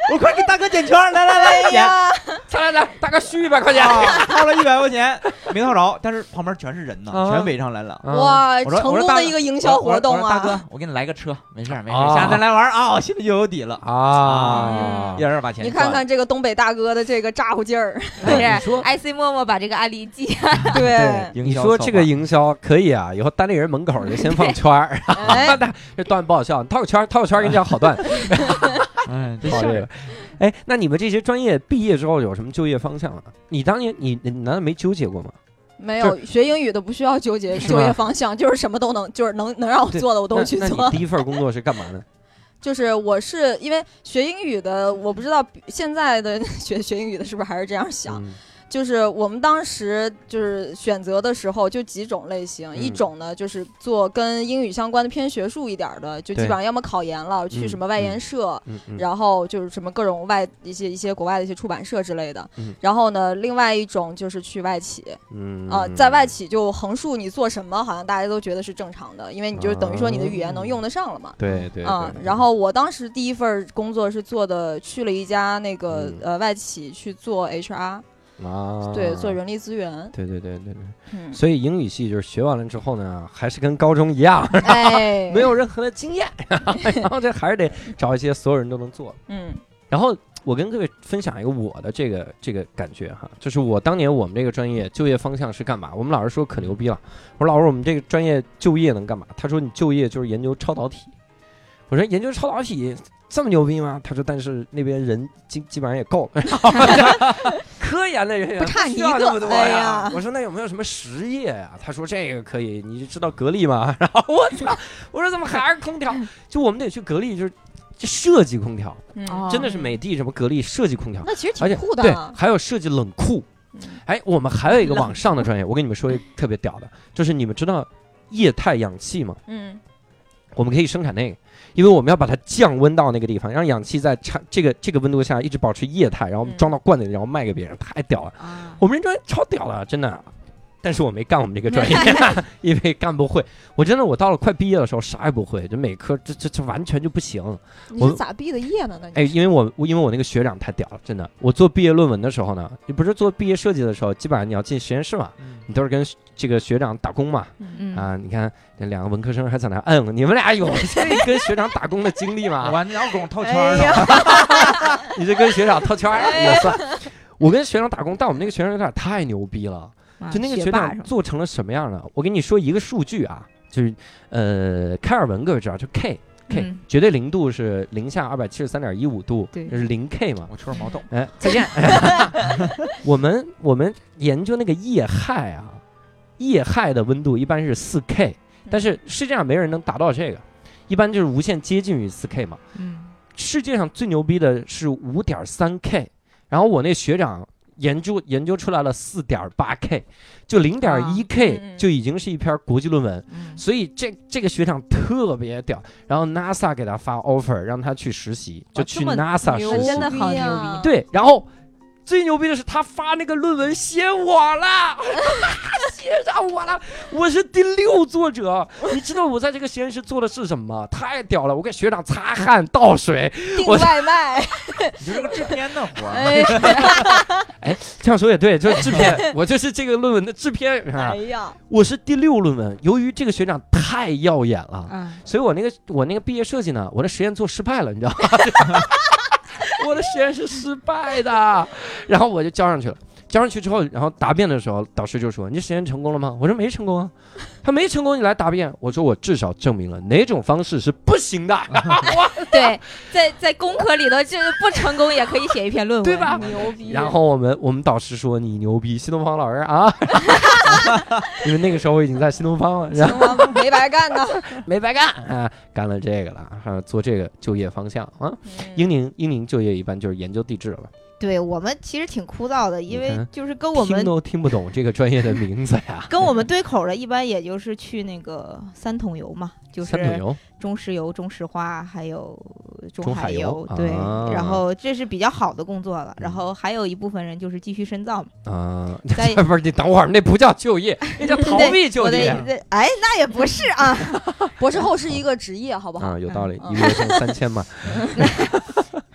我快给大哥捡圈，来捡， 来，大哥续100块钱， 掏了100块钱，没掏着，但是旁边全是人呢，全围上来了。 哇，成功的一个营销活动啊！ 大哥，我给你来个车，没事，下次再来玩啊，我心里就有底了啊。一人把钱， 你看看这个东北大哥的这个咋呼劲儿。 你说 IC 默默把这个案例记下。 对， 你说这个营销可以啊，以后单立人门口就先放圈儿，这段不好笑，套个圈给你讲好段。 这好这个。哎，那你们这些专业毕业之后有什么就业方向啊？你当年你难道没纠结过吗？ 没有，学英语的不需要纠结就业方向，就是什么都能，就是能让我做的我都去做。 那你第一份工作是干嘛呢？ 就是我是因为学英语的，我不知道现在的学英语的是不是还是这样想。就是我们当时就是选择的时候就几种类型，一种呢就是做跟英语相关的偏学术一点的，就基本上要么考研了，去什么外研社，然后就是什么各种一些国外的一些出版社之类的。然后呢，另外一种就是去外企，在外企就横竖你做什么，好像大家都觉得是正常的，因为你就等于说你的语言能用得上了嘛。 对。 然后我当时第一份工作是去了一家那个外企去做 HR。对，做人力资源。对， 所以英语系就是学完了之后呢，还是跟高中一样，没有任何的经验，然后这还是得找一些所有人都能做。然后我跟各位分享一个我的这个感觉哈，就是我当年我们这个专业就业方向是干嘛？我们老师说可牛逼了，我说老师我们这个专业就业能干嘛？他说你就业就是研究超导体。我说研究超导体这么牛逼吗？他说但是那边人基本上也够了，科研的人不差你一个。 那么多呀。我说那有没有什么实业呀？他说这个可以，你知道格力吗？然后我操，我说怎么还是空调？就我们得去格力，就是设计空调，真的是美的什么格力设计空调， 那其实挺酷的。 对，还有设计冷库。哎，我们还有一个往上的专业，我跟你们说一个特别屌的，就是你们知道液态氧气吗？我们可以生产那个。因为我们要把它降温到那个地方，让氧气在这个温度下一直保持液态，然后我们装到罐子里，然后卖给别人，太屌了！我们这专业超屌了，真的。但是我没干我们这个专业，因为干不会。我到了快毕业的时候啥也不会，就每科这完全就不行。 你是咋毕的业呢？ 哎，因为我那个学长太屌了，真的。我做毕业论文的时候呢，你不是做毕业设计的时候，基本上你要进实验室嘛，你都是跟这个学长打工嘛。你看这2个文科生还在那摁，你们俩有跟学长打工的经历吗？ 玩鸟拱套圈你这跟学长套圈也算。我跟学长打工，但我们那个学长有点太牛逼了。就那个学长做成了什么样的？我给你说一个数据啊，就是开尔文各位知道，就 K 绝对零度是零下273.15度，就是0 K 嘛。 我吹点毛豆。 哎，再见。我们研究那个液氦啊，液氦的温度一般是4 K， 但是世界上没人能达到这个，一般就是无限接近于4 K 嘛。世界上最牛逼的是5.3 K， 然后我那学长。研究出来了4.8 K， 就0.1 K 就已经是一篇国际论文，所以这个学长特别屌。然后 NASA 给他发 offer 让他去实习，就去 NASA 实习， 真的好牛逼。 对，然后最牛逼的是他发那个论文写我了，写上我了，我是第6作者。你知道我在这个实验室做的是什么吗？太屌了！我给学长擦汗倒水， 订外卖， 你就是个制片的活。 哎，这样说也对，就是制片，我就是这个论文的制片。哎呀，我是第6论文。由于这个学长太耀眼了，所以我那个毕业设计呢，我的实验做失败了，你知道吗？我的实验是失败的，然后我就交上去了。交上去之后，然后答辩的时候，导师就说：“你实验成功了吗？”我说：“没成功啊。”他没成功，你来答辩。我说：“我至少证明了哪种方式是不行的。” 对，在工科里头，就是不成功也可以写一篇论文， 对吧？ 牛逼。 然后我们导师说：“你牛逼，新东方老师啊！”因为那个时候我已经在新东方了， 新东方没白干呢， 没白干啊，干了这个了，做这个就业方向啊。英宁就业一般就是研究地质了吧？ 对，我们其实挺枯燥的，因为就是跟我们听都听不懂这个专业的名字呀。 跟我们对口的，一般也就是去那个3桶油嘛，就是中石油、中石化还有中海油，对。然后这是比较好的工作了，然后还有一部分人就是继续深造嘛。 不是，你等会儿，那不叫就业，那叫逃避就业。 哎，那也不是啊， 博士后是一个职业，好不好？ 有道理，1个月挣3000嘛。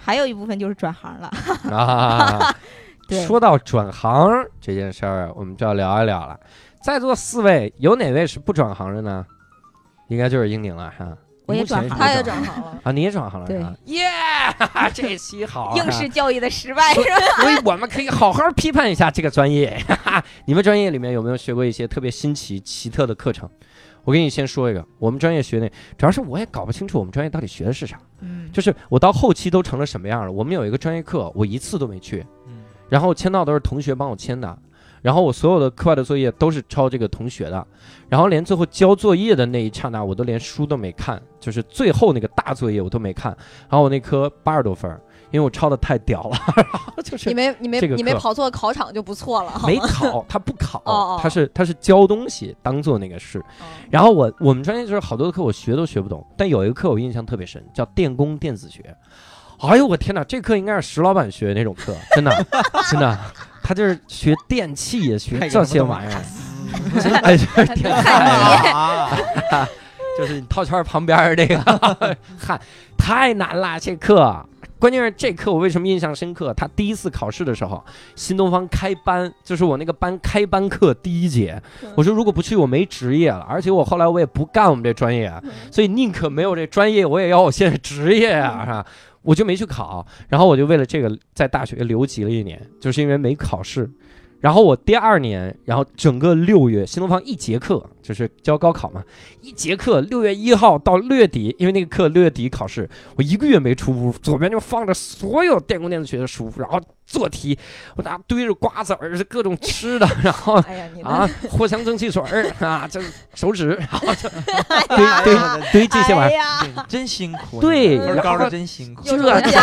还有一部分就是转行了啊。说到转行这件事儿，我们就要聊一聊了。在座4位有哪位是不转行的呢？应该就是英宁了哈。 我也转行， 他也转行了啊！你也转行了， 对， 耶！这期好， 应试教育的失败是吧？ 所以我们可以好好批判一下这个专业。你们专业里面有没有学过一些特别新奇奇特的课程？我给你先说一个，我们专业学的，主要是我也搞不清楚我们专业到底学的是啥。就是我到后期都成了什么样了。我们有一个专业课，我一次都没去，然后签到都是同学帮我签的。然后我所有的课外的作业都是抄这个同学的，然后连最后交作业的那一刹那，我都连书都没看，就是最后那个大作业我都没看。然后我那科80多分，因为我抄的太屌了。就是你没跑错考场就不错了。 没考，他不考，他是教东西当做那个事。然后我们专业就是好多的课我学都学不懂，但有一个课我印象特别深，叫电工电子学。哎呦我天哪，这课应该是石老板学的那种课，真的真的。他就是学电器，学这些玩意儿，哎，就是天才，就是你套圈旁边那个，嗨，太难了这课。关键是这课我为什么印象深刻？他第一次考试的时候，新东方开班，就是我那个班开班课第1节，我说如果不去我没职业了，而且我后来我也不干我们这专业，所以宁可没有这专业，我也要我现在职业啊，是吧？我就没去考，然后我就为了这个在大学留级了1年，就是因为没考试。然后我第2年，然后整个6月，新东方1节课就是教高考嘛，1节课6月1号到6月底，因为那个课6月底考试，我1个月没出屋，左边就放着所有电工电子学的书，然后做题，我拿堆着瓜子儿，各种吃的，然后藿香正气水啊，这手指，然后就堆这些玩意儿， 真辛苦。 对， 高的真辛苦。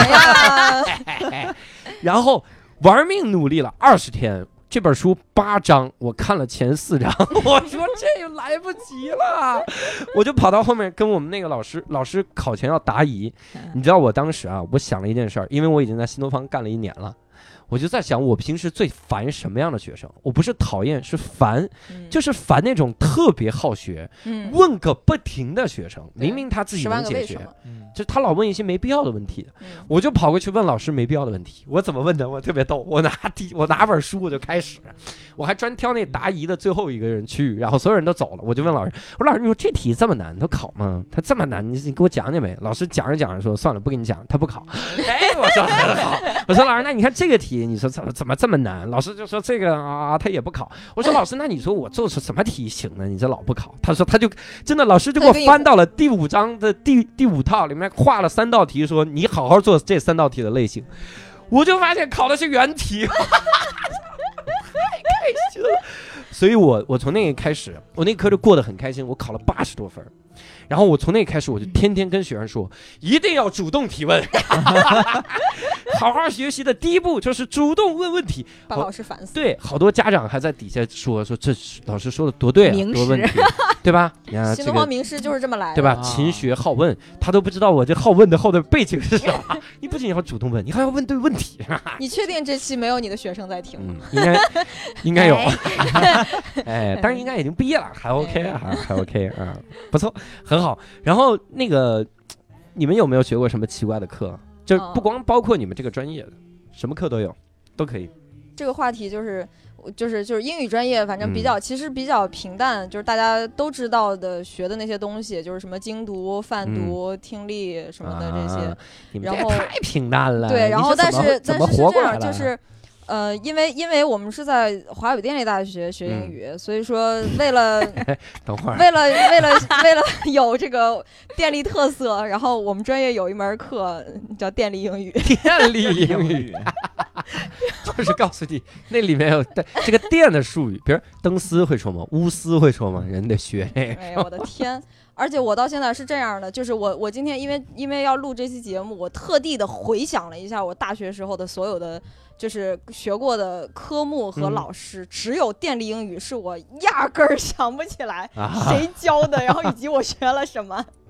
然后玩命努力了20天。这本书8章，我看了前4章，我说这来不及了，我就跑到后面跟我们那个老师考前要答疑。你知道我当时啊，我想了一件事儿，因为我已经在新东方干了1年了。我就在想，我平时最烦什么样的学生？我不是讨厌，是烦，就是烦那种特别好学、问个不停的学生。明明他自己能解决，就他老问一些没必要的问题。我就跑过去问老师没必要的问题。我怎么问的？我特别逗，我拿本书我就开始，我还专挑那答疑的最后一个人去，然后所有人都走了，我就问老师，我说老师，你说这题这么难，都考吗？他这么难，你给我讲讲呗。老师讲着讲着说，算了，不跟你讲，他不考。哎，我说很好，我说老师，那你看这个题。你说怎么这么难？老师就说这个啊，他也不考。我说老师，那你说我做出什么题行呢？你这老不考。他说他就真的，老师就给我翻到了第5章的第5套里面，画了3道题，说你好好做这3道题的类型。我就发现考的是原题，太开心了。所以我从那个开始，我那科就过得很开心，我考了80多分。然后我从那开始，我就天天跟学生说，一定要主动提问。好好学习的第一步就是主动问问题， 把老师烦死。 对，好多家长还在底下说这老师说的多对啊，多问题，对吧？ 新东方名师就是这么来的， 对吧？勤学好问，他都不知道我这好问的后的背景是什么。你不仅要主动问，你还要问对问题。 你确定这期没有你的学生在听吗？ 应该有。哎，当然应该已经毕业了，还 OK 啊，还 OK 啊，不错，很好。然后那个，你们有没有学过什么奇怪的课？就不光包括你们这个专业的，什么课都有，都可以。 这个话题就是英语专业，反正其实比较平淡，就是大家都知道的学的那些东西，就是什么精读、泛读、听力什么的这些。 你们这也太平淡了。 对，然后但是怎么活过来了？ 就是。因为我们是在华北电力大学学英语，所以说为了等会儿为了有这个电力特色，然后我们专业有一门课叫电力英语。 电力英语，就是告诉你那里面有这个电的术语，比如灯丝会说吗？钨丝会说吗？人得学。 哎呦我的天！而且我到现在是这样的，就是我今天因为要录这期节目，我特地的回想了一下我大学时候的所有的就是学过的科目和老师，只有电力英语是我压根儿想不起来谁教的，然后以及我学了什么。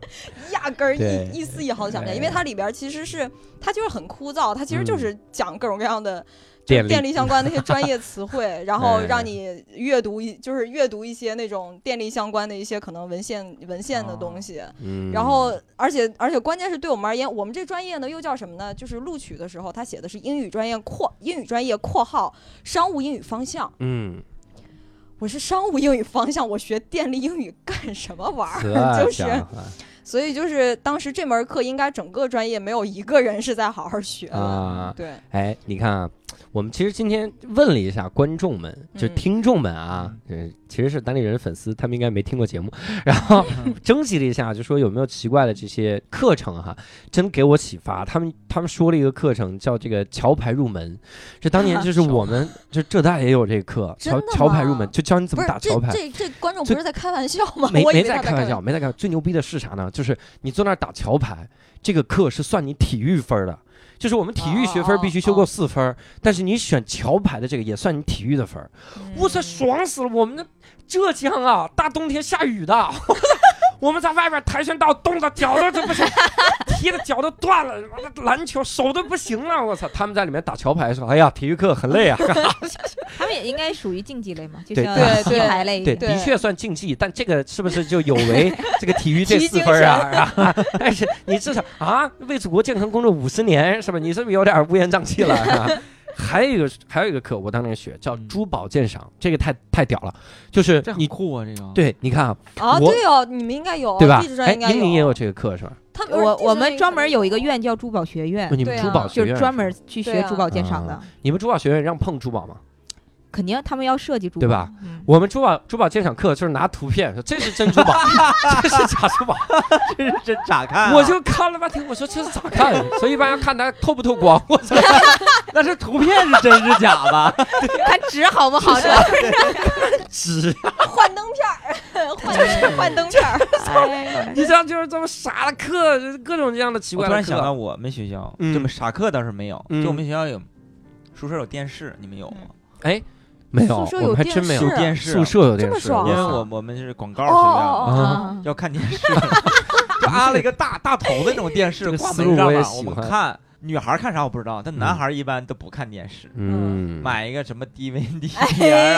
压根儿一丝一毫想不起来，因为它里边其实是它就是很枯燥，它其实就是讲各种各样的。电力相关的那些专业词汇，然后让你阅读一些那种电力相关的一些可能文献的东西，然后而且关键是对我们而言，我们这专业呢又叫什么呢？就是录取的时候他写的是英语专业括号商务英语方向。我是商务英语方向，我学电力英语干什么玩儿？就是。所以就是当时这门课应该整个专业没有一个人是在好好学的。对， 哎，你看啊，我们其实今天问了一下观众们，就听众们啊，其实是单立人粉丝，他们应该没听过节目，然后征集了一下，就说有没有奇怪的这些课程哈，真给我启发。他们说了一个课程叫这个桥牌入门，这当年就是我们就浙大也有这个课，桥牌入门就教你怎么打桥牌。 这观众不是在开玩笑吗？ 没在开玩笑，没在开玩笑。最牛逼的是啥呢？就是你坐那儿打桥牌，这个课是算你体育分的。就是我们体育学分必须修够4分，但是你选桥牌的这个也算你体育的分。我操，爽死了！我们的浙江啊，大冬天下雨的，我们在外边跆拳道冻得脚都不行，踢的脚都断了，篮球手都不行了，我操！他们在里面打桥牌说：“哎呀，体育课很累啊。” 他们也应该属于竞技类嘛，就像棋牌类。 对，的确算竞技，但这个是不是就有违这个体育这4分啊？但是你至少啊，为祖国建成工作50年，是吧？你是不是有点乌烟瘴气了？是吧？还有一个课，我当年学叫珠宝鉴赏，这个太屌了，就是这很酷啊！这个对，你看啊，对哦，你们应该有， 对吧？ 英宁也有这个课是吧？ 我们专门有一个院叫珠宝学院， 你们珠宝学院就是专门去学珠宝鉴赏的。 你们珠宝学院让碰珠宝吗？ 肯定他们要设计珠宝， 对吧？我们珠宝鉴赏课就是拿图片说这是真珠宝，这是假珠宝， 这是真咋看？ 我就看了半天，我说这是咋看？所以一般要看它透不透光。我操， 那是图片是真是假吧？ 看纸好不好？ 纸幻灯片幻灯片。 你知道就是这么傻的课，各种各样的奇怪的课。 我突然想到我们学校这么傻课倒是没有，就我们学校有宿舍有电视，你们有吗？ 哎，没有， 宿舍有电视， 有电视， 宿舍有电视， 因为我们是广告学院，要看电视，就安了一个大头的那种电视，挂门上嘛，我们看。女孩看啥我不知道，但男孩一般都不看电视。买一个什么 DVD 片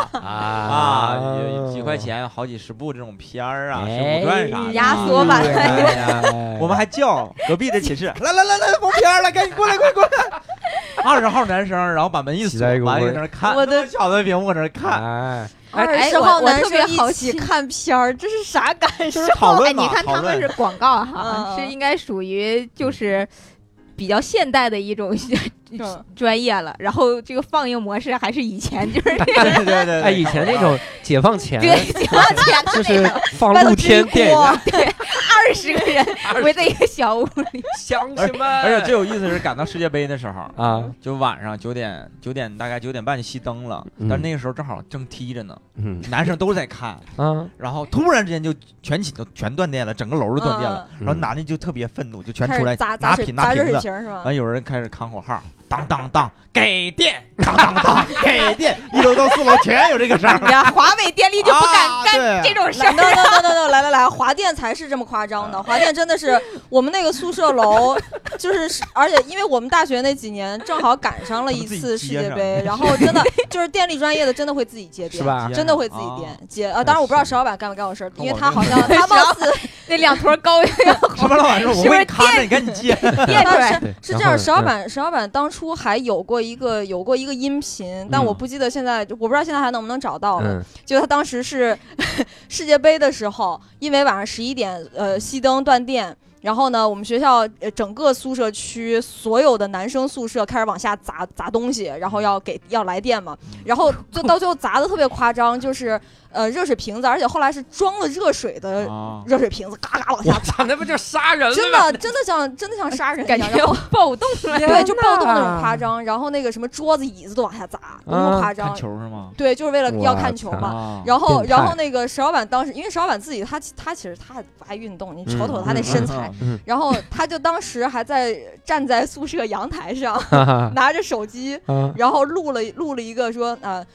有几块钱好几十部这种片儿啊，《水浒传》啥的， 压缩版。 我们还叫隔壁的寝室，来，封片了，赶紧过来，快过来。20号男生，然后把门一锁，完了在那看，我的小的屏幕在那看。 20号男生一起看片儿，这是啥感受？ 讨论嘛， 你看他们是广告哈，是应该属于就是比较现代的一种专业了，然后这个放映模式还是以前就是对， 哎，以前那种解放前， 对，解放前就是放露天电影， 对，20个人围在一个小屋里， 乡亲们。 而且最有意思是赶到世界杯的时候啊， 就晚上9点大概9点半就熄灯了，但那个时候正好正踢着呢，男生都在看，然后突然之间就全寝都全断电了，整个楼都断电了，然后男的就特别愤怒，就全出来拿瓶子，完有人开始扛口号。当当当，给电！当当当，给电！1楼到4楼全有这个声儿。 华为电力就不敢干这种事儿。 来，华电才是这么夸张的。华电真的是我们那个宿舍楼，就是而且因为我们大学那几年正好赶上了一次世界杯，然后真的就是电力专业的真的会自己接电， 是吧？ 真的会自己接。当然我不知道石老板干没干过事儿，因为他好像他貌似那2坨高什么老板说我会看着你赶紧接。 是这样，石老板当初还有过一个音频，但我不记得现在，我不知道现在还能不能找到了。就他当时是世界杯的时候，因为晚上11点熄灯断电，然后呢，我们学校整个宿舍区所有的男生宿舍开始往下砸东西，然后要来电嘛，然后就到最后砸的特别夸张，就是热水瓶子，而且后来是装了热水的热水瓶子，嘎嘎往下砸， 那不就杀人了？ 真的像杀人一样， 感觉暴动了， 对，就暴动那种夸张。然后那个什么桌子椅子都往下砸，那么夸张。 看球是吗？ 对，就是为了要看球嘛。然后那个石老板当时，因为石老板自己他其实他不爱运动，你瞅瞅他那身材，然后他就当时还站在宿舍阳台上，拿着手机，然后录了一个说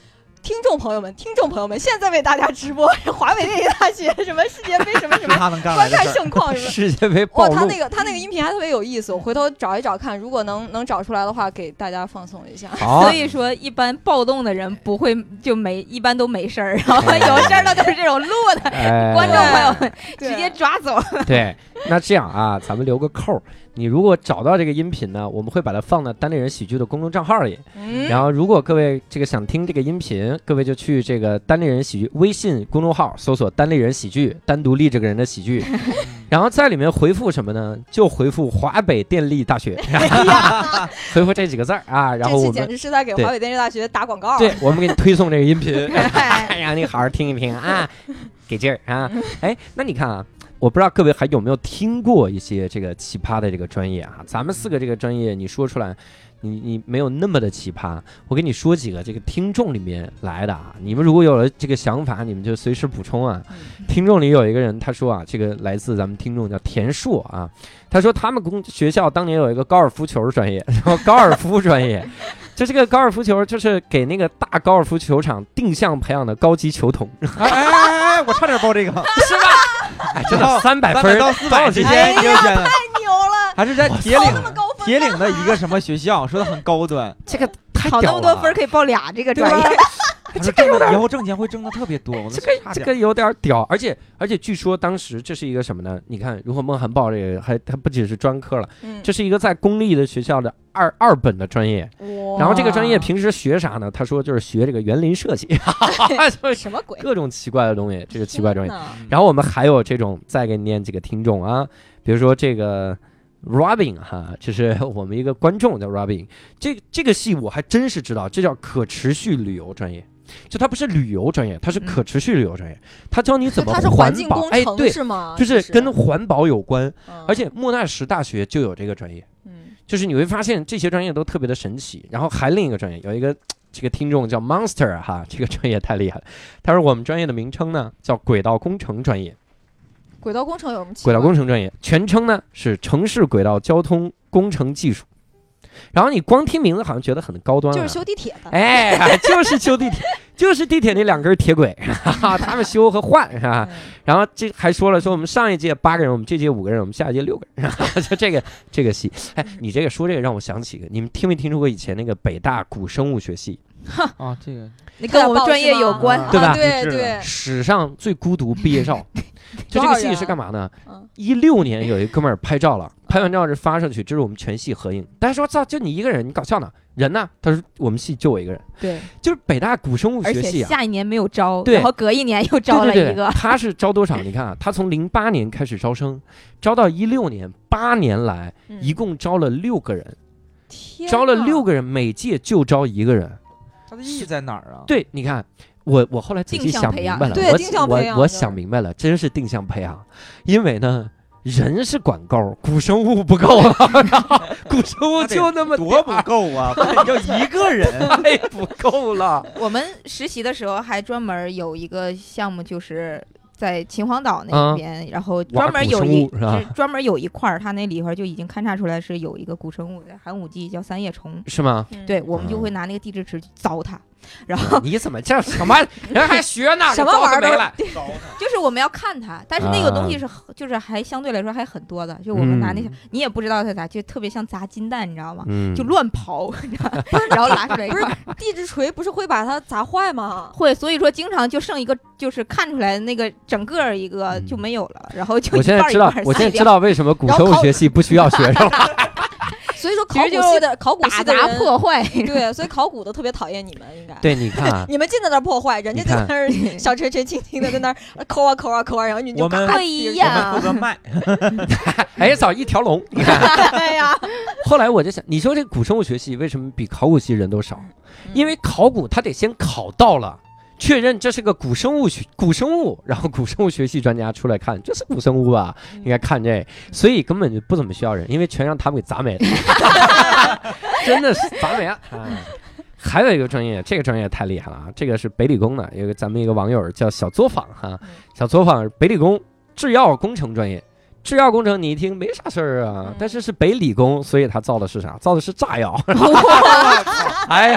听众朋友们，现在为大家直播华北电影大学什么世界杯什么观看盛况什么世界杯暴露。 他那个音频还特别有意思，我回头找一找看，如果能找出来的话，给大家放送一下。 所以说，一般暴动的人不会一般都没事儿，然后有事儿的都是这种录的，观众朋友们直接抓走。 对，那这样啊，咱们留个扣。你如果找到这个音频呢，我们会把它放到单立人喜剧的公众账号里。然后，如果各位这个想听这个音频，各位就去这个单立人喜剧微信公众号搜索单立人喜剧，单独立这个人的喜剧，然后在里面回复什么呢？就回复华北电力大学，回复这几个字啊。然后我们这简直是在给华北电力大学打广告。 对，我们给你推送这个音频，让你好好听一听啊，给劲儿啊！哎，那你看啊。我不知道各位还有没有听过一些这个奇葩的这个专业啊？咱们4个这个专业，你说出来，你没有那么的奇葩。我给你说几个这个听众里面来的啊，你们如果有了这个想法，你们就随时补充啊。听众里有一个人他说啊，这个来自咱们听众叫田硕啊，他说他们学校当年有一个高尔夫球专业，然后高尔夫专业。就这个高尔夫球，就是给那个大高尔夫球场定向培养的高级球童。 哎，我差点报这个， 是吧？哎，真的300分到400之间， 太牛了！ 还是在铁岭的一个什么学校，说的很高端。 这个太屌了，考那么多分可以报2这个专业。 这个以后挣钱会挣的特别多， 这个有点屌，而且据说当时这是一个什么呢？你看，如果孟涵报这个，它不仅是专科了，这是一个在公立的学校的二本的专业。然后这个专业平时学啥呢？他说就是学这个园林设计， 什么鬼？ 各种奇怪的东西，这个奇怪专业。然后我们还有这种，再给你念几个听众啊，比如说这个。Robin 哈，这是我们一个观众叫 Robin， 这个系我还真是知道，这叫可持续旅游专业，就它不是旅游专业，它是可持续旅游专业，它教你怎么环保， 哎，对，是吗？ 就是跟环保有关，而且莫纳什大学就有这个专业，就是你会发现这些专业都特别的神奇。然后还另一个专业，有一个这个听众叫 Monster 哈，这个专业太厉害了，他说我们专业的名称呢叫轨道工程专业。 轨道工程有什么？ 轨道工程专业全称呢是城市轨道交通工程技术。然后你光听名字好像觉得很高端， 就是修地铁的， 哎，就是修地铁，就是地铁那2根铁轨，他们修和换是吧？然后这还说了说我们上一届8个人，我们这届5个人，我们下一届6个人，就这个系。哎，你这个说这个让我想起一个，你们听没听说过以前那个北大古生物学系？ 啊，这个你跟我们专业有关， 对吧？ 对， 史上最孤独毕业照。就这个系是干嘛呢？16年有一哥们儿拍照了，拍完照是发上去，这是我们全系合影。大家说操，就你一个人，你搞笑呢？人呢？他说我们系就我一个人。 对， 就是北大古生物学系啊，而且下一年没有招， 然后隔一年又招了一个。 他是招多少？你看啊，他从08年开始招生，招到16年，8年来一共招了6个人，招了6个人，每届就招1个人。 它的意义在哪儿啊？ 对，你看。我后来仔细想明白了，我想明白了，真是定向培养，因为呢，人是管够，古生物不够啊，古生物就那么多不够啊，要1个人太不够了。 我们实习的时候还专门有一个项目，就是在秦皇岛那边，然后专门有一块儿，它那里边就已经勘察出来是有一个古生物的寒武纪，叫3叶虫， 是吗？ 对，我们就会拿那个地质池去凿它。然后你怎么这什么人还学呢？ 什么玩意儿？ 就是我们要看它，但是那个东西是就是还相对来说还很多的，就我们拿那些你也不知道它咋，就特别像砸金蛋，你知道吗？就乱刨，然后拿出来一块。 地质锤不是会把它砸坏吗？ 会，所以说经常就剩一个，就是看出来那个整个一个就没有了，然后就我现在知道为什么古生物学系不需要学生了。 所以说考古系的人破坏， 对，所以考古的特别讨厌你们，应该对，你看你们进在那破坏，人家在那儿小垂垂青青的在那儿抠啊抠啊抠啊，然后你就不一样， 负责卖， 哎，早一条龙，你看， 哎呀， 后来我就想，你说这古生物学系为什么比考古系人都少？因为考古他得先考到了。确认这是个古生物，然后古生物学系专家出来看，这是古生物吧？应该看这，所以根本就不怎么需要人，因为全让他们给砸没了，真的是砸没了。还有一个专业，这个专业太厉害了啊！这个是北理工的，有个咱们一个网友叫小作坊哈，小作坊北理工制药工程专业。制药工程你一听没啥事儿啊，但是是北理工，所以他造的是啥？造的是炸药。哎呀，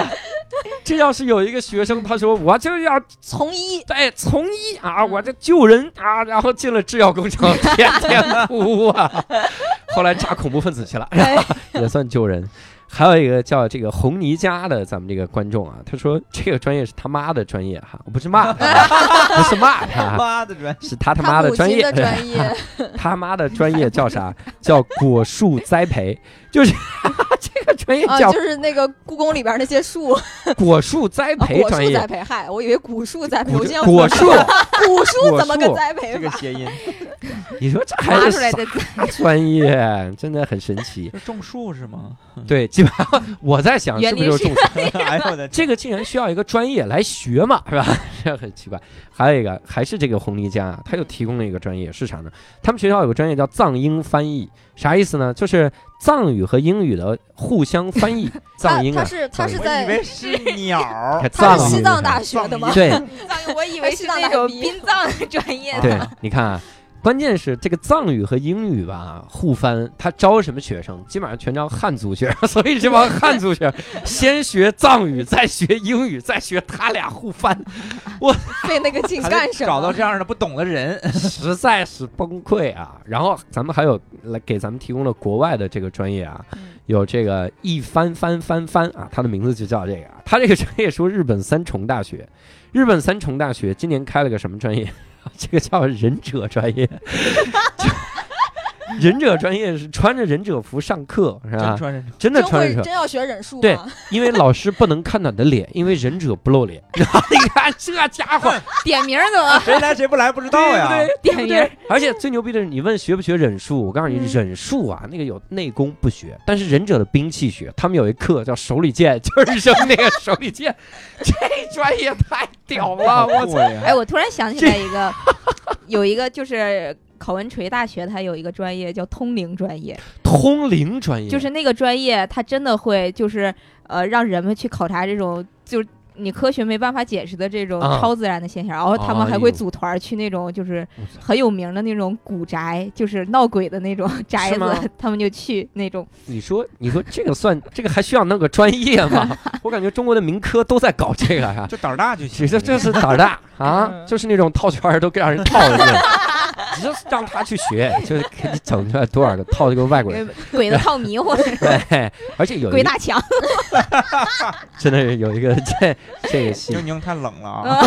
这要是有一个学生，他说我就要从医， 对，从医啊，我这救人啊，然后进了制药工厂，天天哭啊，后来炸恐怖分子去了，也算救人。还有一个叫这个红泥家的咱们这个观众啊，他说这个专业是他妈的专业哈，不是骂他，不是骂他， 妈的专业是他妈的专业，他妈的专业叫啥？叫果树栽培，就是这个专业叫， 就是那个故宫里边那些树， 果树栽培专业。 果树栽培，嗨，我以为古树栽培，我现在果树， 古树怎么个栽培？ 这个谐音， 你说这还是啥专业？真的很神奇。 种树是吗？ 对，基本上我在想是不是就是种树？ 哎呦我的， 这个竟然需要一个专业来学嘛，是吧？这很奇怪。还有一个还是这个红泥家，他又提供了一个专业是啥呢？他们学校有个专业叫藏英翻译，啥意思呢？就是藏语和英语的互相翻译。藏英啊， 他是在， 我以为是鸟， 他是西藏大学的吗？ 对， 我以为是那种殡葬专业的。 对，你看啊。关键是这个藏语和英语吧互翻，他招什么学生？基本上全招汉族学生，所以这帮汉族学生先学藏语，再学英语，再学他俩互翻。我费那个劲干什么？ 找到这样的不懂的人， 实在是崩溃啊！然后咱们还有来给咱们提供了国外的这个专业啊，有这个一翻啊，他的名字就叫这个。他这个专业说日本三重大学今年开了个什么专业？这个叫忍者专业，忍者专业是穿着忍者服上课，是吧？真的穿着， 真要学忍术吗？ 对，因为老师不能看到你的脸，因为忍者不露脸。你看这家伙， 点名怎么？ 谁来谁不来不知道呀？ 对，点名。而且最牛逼的是，你问学不学忍术？我告诉你，忍术啊，那个有内功不学，但是忍者的兵器学。他们有一课叫手里剑，就是扔那个手里剑。这专业太屌了，我操！ 哎，我突然想起来一个，有一个就是考文垂大学，它有一个专业叫通灵专业。 通灵专业就是那个专业，它真的会就是让人们去考察这种就是你科学没办法解释的这种超自然的现象，然后他们还会组团去那种就是很有名的那种古宅，就是闹鬼的那种宅子，他们就去那种。 你说这个算这个还需要弄个专业吗？我感觉中国的民科都在搞这个呀， 就胆大就行。 这是胆大啊，就是那种套圈都给让人套的那种。你就让他去学，就是给你整出来多少个套这个外国人， 鬼的套迷糊。 对，而且有鬼打墙， 真的是有一个这个戏。 宁太冷了啊！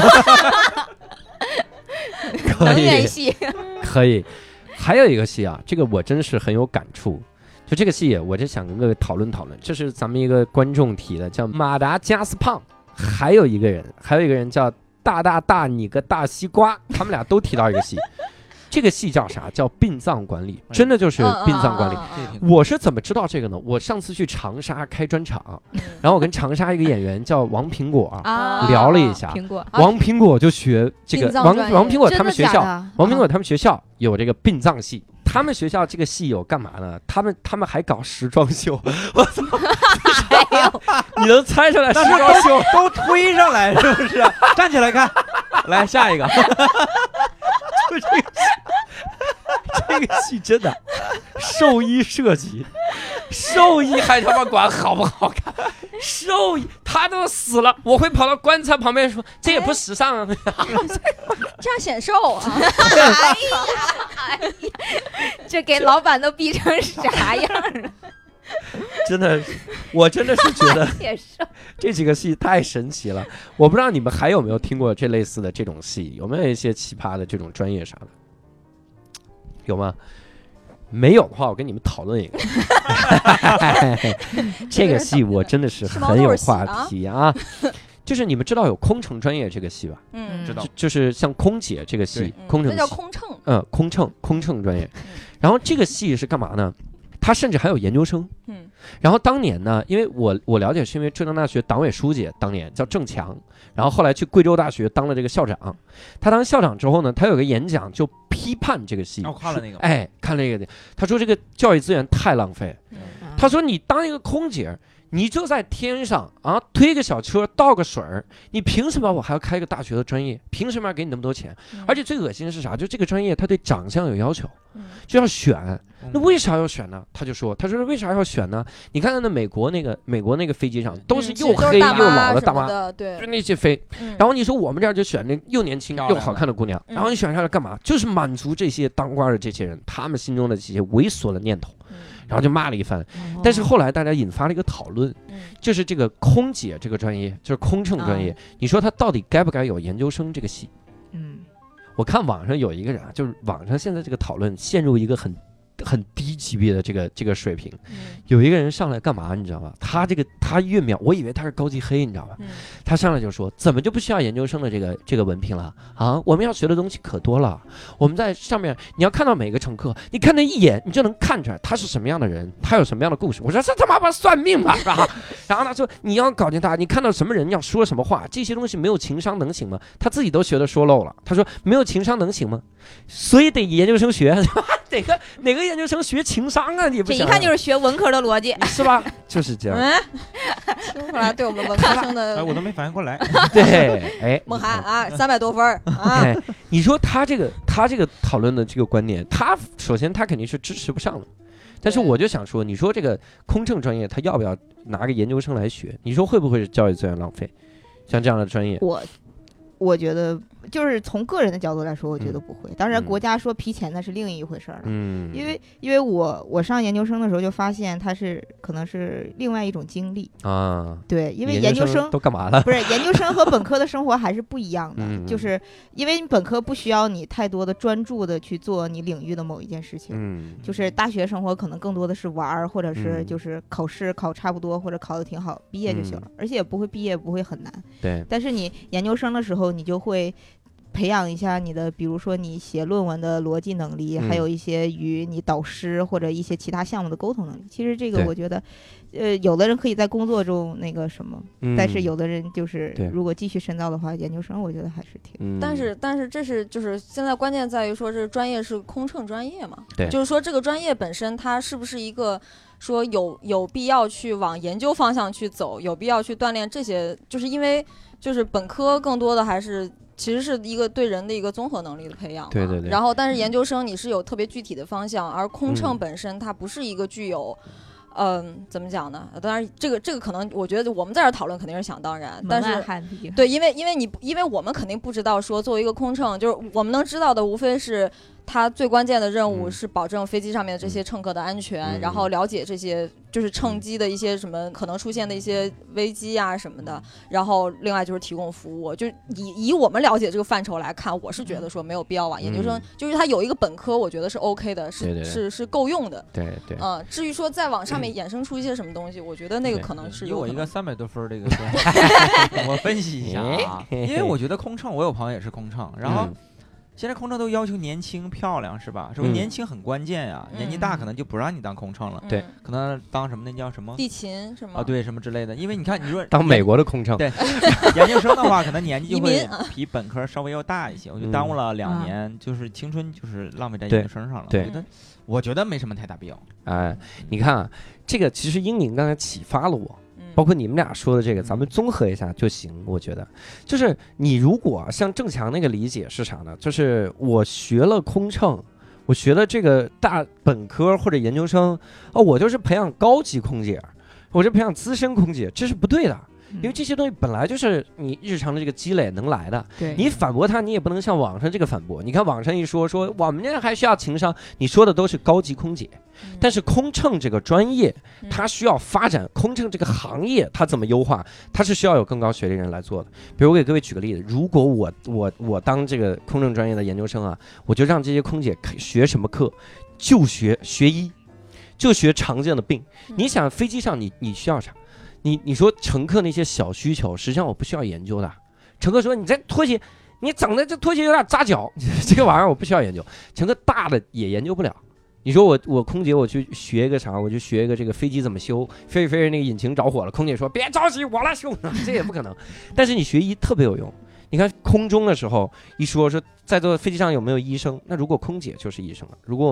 能源系可以，还有一个戏啊，这个我真是很有感触。就这个戏，我就想跟各位讨论讨论。这是咱们一个观众提的，叫马达加斯胖，还有一个人叫大你个大西瓜，他们俩都提到一个戏。这个戏叫啥？叫殡葬管理，真的就是殡葬管理。我是怎么知道这个呢？我上次去长沙开专场，然后我跟长沙一个演员叫王苹果聊了一下，王苹果就学这个王苹果他们学校，王苹果他们学校有这个殡葬系。他们学校这个系有干嘛呢？他们还搞时装秀，我操！你能猜出来？时装秀都推上来是不是？站起来看，来下一个。 就这个戏真的，兽医设计，兽医还他妈管好不好看？兽医他都死了，我会跑到棺材旁边说这也不时尚啊， 这样显瘦啊！ 哎呀，这给老板都逼成啥样了？ 真的，我真的是觉得这几个戏太神奇了。我不知道你们还有没有听过这类似的这种戏，有没有一些奇葩的这种专业啥的？有吗？没有的话，我跟你们讨论一个。这个戏我真的是很有话题啊。就是你们知道有空乘专业这个戏吧？ 知道。 就是像空姐这个戏，空乘那叫空乘。空乘专业。然后这个戏是干嘛呢？他甚至还有研究生，然后当年呢，因为我了解是因为浙江大学党委书记当年叫郑强，然后后来去贵州大学当了这个校长。他当校长之后呢，他有个演讲就批判这个戏， 我看了那个， 看了那个，他说这个教育资源太浪费，他说你当一个空姐，你就在天上啊，推个小车倒个水儿，你凭什么我还要开一个大学的专业？凭什么要给你那么多钱？而且最恶心的是啥？就这个专业他对长相有要求， 就要选。那为啥要选呢？他说为啥要选呢？你看看那美国那个飞机上都是又黑又老的大妈， 对， 就那些飞。然后你说我们这儿就选那又年轻又好看的姑娘，然后你选下来干嘛？就是满足这些当官的这些人他们心中的这些猥琐的念头，然后就骂了一番。但是后来大家引发了一个讨论，就是这个空姐这个专业，就是空乘专业，你说他到底该不该有研究生这个系？我看网上有一个人啊，就是网上现在这个讨论陷入一个很低级别的这个水平，有一个人上来干嘛你知道吗？他越描，我以为他是高级黑，你知道吧？他上来就说怎么就不需要研究生的这个文凭了啊？我们要学的东西可多了。我们在上面你要看到每个乘客，你看那一眼你就能看出来他是什么样的人，他有什么样的故事。我说这他妈不算命吧，是吧？然后他说你要搞定他，你看到什么人要说什么话，这些东西没有情商能行吗？他自己都学的说漏了。他说没有情商能行吗？所以得研究生学。哪个研究生学情商啊？你不这一看就是学文科的逻辑， 是吧？就是这样。 听出来对我们文科生的， 我都没反应过来。 对， 梦涵啊，300多分啊！ 你说他这个讨论的这个观点，首先他肯定是支持不上的。但是我就想说，你说这个空乘专业，他要不要拿个研究生来学？你说会不会是教育资源浪费？像这样的专业， 我觉得就是从个人的角度来说，我觉得不会。当然，国家说批钱那是另一回事了。因为我上研究生的时候就发现，它可能是另外一种经历啊。对，因为研究生都干嘛了？ 不是研究生和本科的生活还是不一样的。就是因为本科不需要你太多的专注的去做你领域的某一件事情。就是大学生活可能更多的是玩，或者是就是考试考差不多或者考得挺好，毕业就行了，而且也不会毕业不会很难。 对。 但是你研究生的时候，你就会培养一下你的，比如说你写论文的逻辑能力，还有一些与你导师或者一些其他项目的沟通能力。其实这个我觉得，有的人可以在工作中那个什么，但是有的人就是如果继续深造的话，研究生我觉得还是挺。 但是这是就是现在关键在于说，这专业是空乘专业嘛？ 对， 就是说这个专业本身它是不是一个说有必要去往研究方向去走，有必要去锻炼这些，就是因为就是本科更多的还是。其实是一个对人的一个综合能力的培养， 对。 然后，但是研究生你是有特别具体的方向，而空乘本身它不是一个具有，怎么讲呢？当然，这个可能我觉得我们在这讨论肯定是想当然，但是对，因为我们肯定不知道说作为一个空乘，就是我们能知道的无非是。它最关键的任务是保证飞机上面的这些乘客的安全，然后了解这些就是乘机的一些什么可能出现的一些危机啊什么的，然后另外就是提供服务。就以我们了解这个范畴来看，我是觉得说没有必要往研究生，就是他有一个本科，我觉得是 OK 的，是够用的。 对。 至于说再往上面衍生出一些什么东西，我觉得那个可能是有。 以我一个300多分这个，我分析一下啊，因为我觉得空乘，我有朋友也是空乘，然后。现在空乘都要求年轻漂亮是吧？是不是年轻很关键呀？年纪大可能就不让你当空乘了， 对， 可能当什么那叫什么地勤是吗？ 啊，对，什么之类的。因为你看，你说当美国的空乘， 对，研究生的话，可能年纪就会比本科稍微要大一些，我就耽误了2年，就是青春就是浪费在研究生上了。 对， 我觉得没什么太大必要。 哎，你看啊，这个其实英宁刚才启发了我。包括你们俩说的这个，咱们综合一下就行。我觉得，就是你如果像郑强那个理解是啥呢？就是我学了空乘，我学了这个大本科或者研究生，我就是培养高级空姐，我是培养资深空姐，这是不对的。因为这些东西本来就是你日常的这个积累能来的， 对， 你反驳他，你也不能像网上这个反驳。你看网上一说我们这还需要情商，你说的都是高级空姐，但是空乘这个专业，它需要发展，空乘这个行业它怎么优化，它是需要有更高学历人来做的。比如我给各位举个例子，如果我当这个空乘专业的研究生啊，我就让这些空姐学什么课，就学医，就学常见的病。你想飞机上你需要啥？你说乘客那些小需求，实际上我不需要研究的。乘客说你这拖鞋，你整的这拖鞋有点扎脚，这个玩意儿我不需要研究。乘客大的也研究不了。你说我空姐我去学一个啥？我就学一个这个飞机怎么修，飞着飞着那个引擎着火了，空姐说别着急，我来修，这也不可能。但是你学医特别有用。你看空中的时候一说在座飞机上有没有医生？那如果空姐就是医生了，如果我们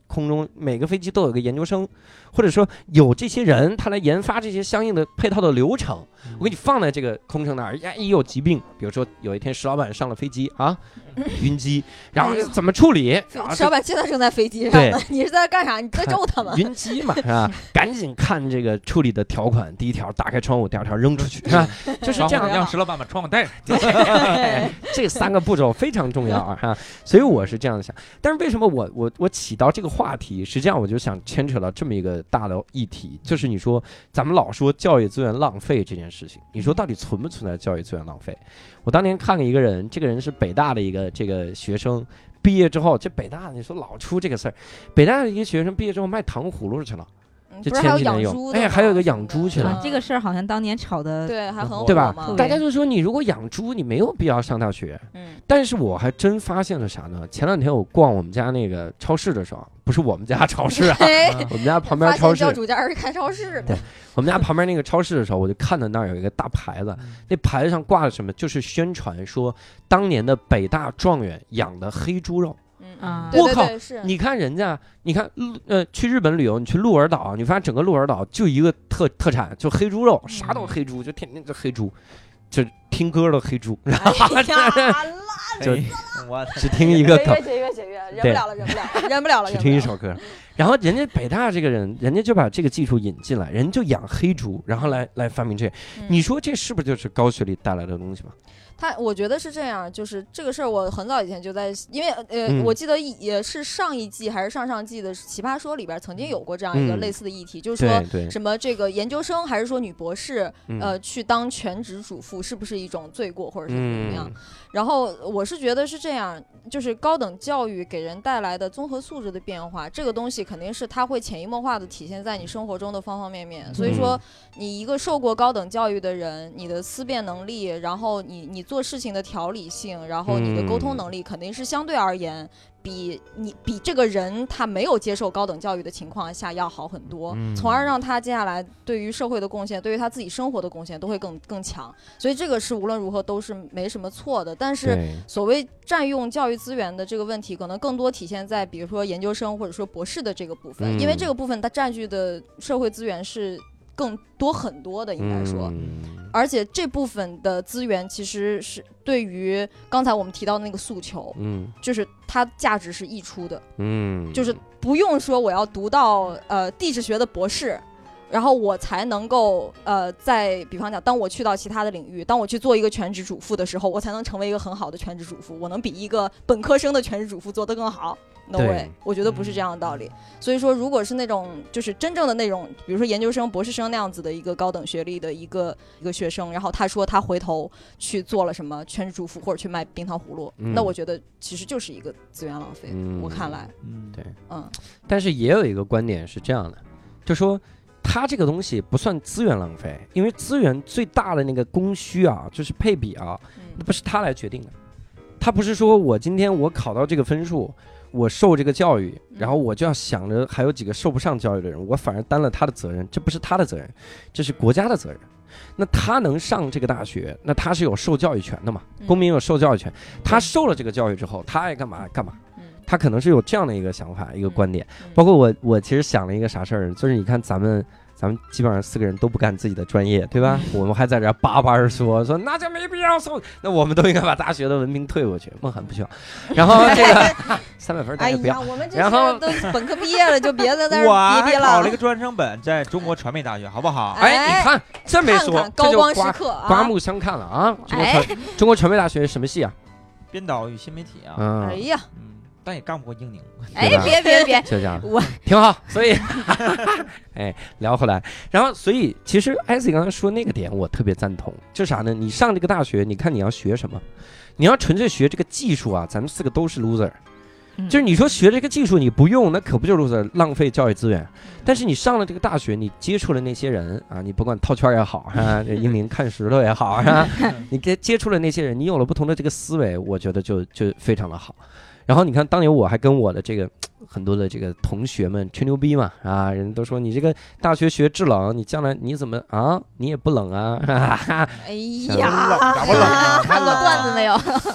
空中每个飞机都有个研究生，或者说有这些人他来研发这些相应的配套的流程，我给你放在这个空乘那儿，一有疾病，比如说有一天石老板上了飞机啊，晕机，然后怎么处理？ 石老板现在正在飞机上呢，你是在干啥？你在咒他吗？ 晕机嘛，是吧？赶紧看这个处理的条款，第一条打开窗户，第二条扔出去，是吧？就是这样， 让石老板把窗户带上。 这3个步骤非常重要啊，所以我是这样想。但是为什么我起到这个话题，实际上我就想牵扯到这么一个大的议题，就是你说咱们老说教育资源浪费这件事情，你说到底存不存在教育资源浪费？我当年看了一个人，这个人是北大的一个这个学生，毕业之后，这北大你说老出这个事儿，北大的一个学生毕业之后卖糖葫芦去了。就前几年有，还有一个养猪去了。 这个事儿好像当年炒的对，还很火， 对吧？大家就说你如果养猪，你没有必要上大学。但是我还真发现了啥呢？前2天我逛我们家那个超市的时候，不是我们家超市啊，我们家旁边超市。 教主家是开超市的。 对，我们家旁边那个超市的时候，我就看到那儿有一个大牌子，那牌子上挂了什么？就是宣传说当年的北大状元养的黑猪肉。我靠！你看人家，你看去日本旅游，你去鹿儿岛，你发现整个鹿儿岛就一个特产，就黑猪肉，啥都黑猪，就天天就黑猪，就听歌的黑猪，就只听一个歌， 越写越忍不了了， 只听一首歌。然后人家北大这个人，人家就把这个技术引进来，人就养黑猪，然后来发明这。你说这是不是就是高学历带来的东西吗？ 我觉得是这样，就是这个事儿，我很早以前就在，因为我记得也是上一季还是上上季的《奇葩说》里边曾经有过这样一个类似的议题，就是说什么这个研究生还是说女博士，去当全职主妇是不是一种罪过，或者是怎么样？然后我是觉得是这样，就是高等教育给人带来的综合素质的变化，这个东西肯定是它会潜移默化的体现在你生活中的方方面面。所以说，你一个受过高等教育的人，你的思辨能力，然后你做事情的条理性，然后你的沟通能力，肯定是相对而言比这个人他没有接受高等教育的情况下要好很多，从而让他接下来对于社会的贡献，对于他自己生活的贡献都会更强。所以这个是无论如何都是没什么错的。但是所谓占用教育资源的这个问题，可能更多体现在比如说研究生或者说博士的这个部分，因为这个部分它占据的社会资源是更多很多的，应该说，而且这部分的资源其实是对于刚才我们提到的那个诉求，就是它价值是溢出的，就是不用说我要读到地质学的博士，然后我才能够在比方讲，当我去到其他的领域，当我去做一个全职主妇的时候，我才能成为一个很好的全职主妇，我能比一个本科生的全职主妇做得更好。No way， 我觉得不是这样的道理。所以说，如果是那种就是真正的那种，比如说研究生、博士生那样子的一个高等学历的一个学生，然后他说他回头去做了什么全职主妇或者去卖冰糖葫芦，那我觉得其实就是一个资源浪费。我看来， 对，但是也有一个观点是这样的，就说它这个东西不算资源浪费，因为资源最大的那个供需啊，就是配比啊，那不是他来决定的。他不是说我今天我考到这个分数，我受这个教育，然后我就要想着还有几个受不上教育的人，我反而担了他的责任，这不是他的责任，这是国家的责任。那他能上这个大学，那他是有受教育权的嘛，公民有受教育权，他受了这个教育之后，他爱干嘛干嘛。他可能是有这样的一个想法，一个观点。包括我其实想了一个啥事儿，就是你看咱们基本上4个人都不干自己的专业，对吧？我们还在这叭叭说那就没必要送，那我们都应该把大学的文凭退过去。梦涵不需要，然后这个300分大家不要。 我们这些都本科毕业了，就别在那儿逼逼了。 我考了一个专升本，在中国传媒大学，好不好？ 你看这没说， 看高光时刻， 刮目相看了啊！中国传媒大学什么系啊？ 编导与新媒体啊。 哎呀。 但也干不过英宁， 别， 就这样，我挺好。所以，聊回来，然后，所以其实艾斯刚才说那个点，我特别赞同，就是啥呢？你上这个大学，你看你要学什么？你要纯粹学这个技术啊，咱们4个都是 loser。就是你说学这个技术你不用，那可不就是 loser， 浪费教育资源。但是你上了这个大学，你接触了那些人啊，你不管套圈也好，英明看石头也好，你接触了那些人，你有了不同的这个思维，我觉得就非常的好。然后你看，当年我还跟我的这个很多的这个同学们吹牛逼嘛，人都说你这个大学学制冷，你将来你怎么啊？你也不冷啊？ 哎呀， 咋不冷？ 看过段子没有？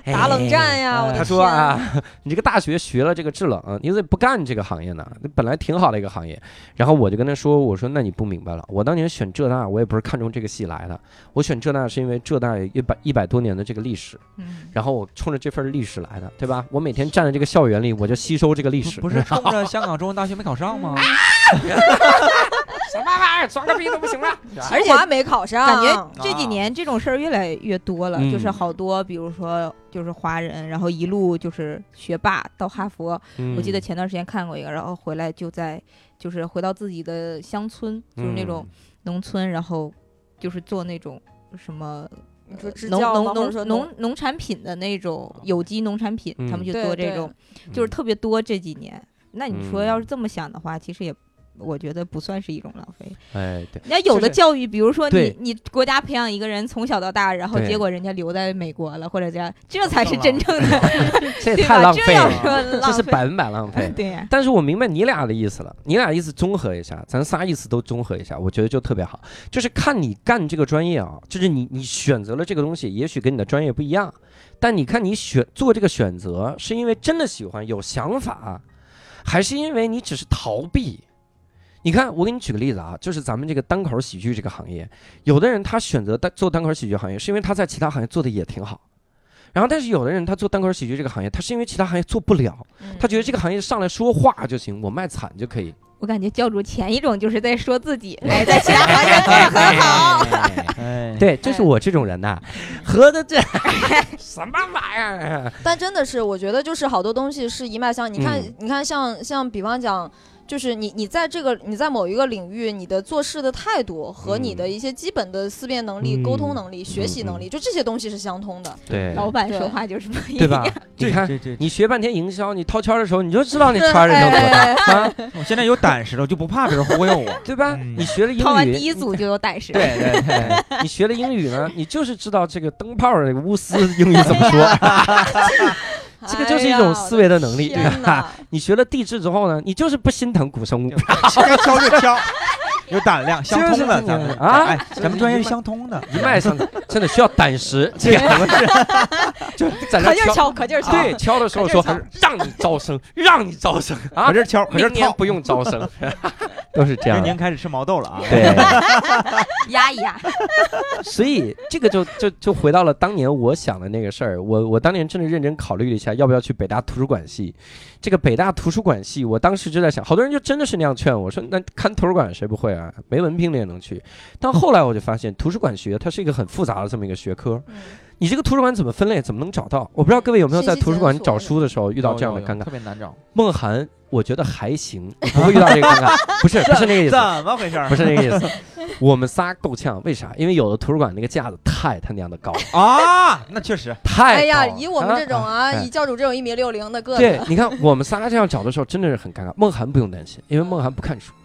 打冷战呀。 他说啊，你这个大学学了这个制冷，你怎么不干这个行业呢？本来挺好的一个行业。然后我就跟他说，我说那你不明白了，我当年选浙大，我也不是看中这个系来的，我选浙大是因为浙大有100多年的这个历史，然后我冲着这份历史来的，对吧？我每天站在这个校园里，我就吸收这个历史。 不是冲着香港中文大学没考上吗？ 什么玩意儿，装个逼都不行了。 而且没考上， 感觉这几年这种事儿越来越多了，就是好多，比如说就是华人，然后一路就是学霸到哈佛。我记得前段时间看过一个，然后回来就是回到自己的乡村，就是那种农村，然后就是做那种什么。 你说支教吗？ 农产品的那种有机农产品，他们就做这种，就是特别多这几年。那你说要是这么想的话，其实也。我觉得不算是一种浪费。 哎，对， 人家有的教育，比如说你国家培养一个人从小到大，然后结果人家留在美国了，或者这才是真正的， 这也太浪费了， 这是100%浪费。 对， 但是我明白你俩的意思了，你俩意思综合一下，咱仨意思都综合一下，我觉得就特别好。就是看你干这个专业啊，就是你选择了这个东西，也许跟你的专业不一样，但你看你做这个选择，是因为真的喜欢有想法，还是因为你只是逃避？你看，我给你举个例子啊，就是咱们这个单口喜剧这个行业，有的人他选择做单口喜剧行业，是因为他在其他行业做的也挺好，然后但是有的人他做单口喜剧这个行业，他是因为其他行业做不了，他觉得这个行业上来说话就行，我卖惨就可以。 我感觉教主前一种就是在说自己，在其他行业做得很好。 对，就是我这种人呐，合的这什么玩意儿？ 但真的是，我觉得就是好多东西是一脉相承。你看，像比方讲。就是你在某一个领域，你的做事的态度和你的一些基本的思辨能力、沟通能力、学习能力，就这些东西是相通的。 对， 老板说话就是不一样， 对吧？你看，你学半天营销，你掏圈的时候，你就知道你圈人有多大啊！ 我现在有胆识了，我就不怕别人忽悠我， 对吧？你学了英语， 掏完第一组就有胆识。 对，你学了英语呢，你就是知道这个灯泡的钨丝英语怎么说。这个就是一种思维的能力，对吧？你学了地质之后呢，你就是不心疼古生物， 该敲就敲，有胆量，相通的，咱们啊，咱们专业是相通的， 一脉相承，真的需要胆识，这个是，就在那敲，可劲儿敲， 对，敲的时候说让你招生，让你招生啊， 可劲儿敲，可劲儿套，不用招生，都是这样。 明年开始吃毛豆了啊， 对， 压一压。 所以这个就回到了当年我想的那个事儿，我当年真的认真考虑了一下，要不要去北大图书馆系。这个北大图书馆系，我当时就在想，好多人就真的是那样劝我说，那看图书馆谁不会啊？没文凭的也能去。但后来我就发现，图书馆学它是一个很复杂的这么一个学科。你这个图书馆怎么分类，怎么能找到？我不知道各位有没有在图书馆找书的时候遇到这样的尴尬？ 特别难找。 梦涵，我觉得还行，你不会遇到这个尴尬。不是那个意思。 怎么回事？ 不是那个意思。我们仨够呛，为啥？因为有的图书馆那个架子太他娘的高啊，那确实太高。 哎呀，以我们这种以教主这种1.60米的个子， 对，你看我们仨这样找的时候，真的是很尴尬。梦涵不用担心，因为梦涵不看书，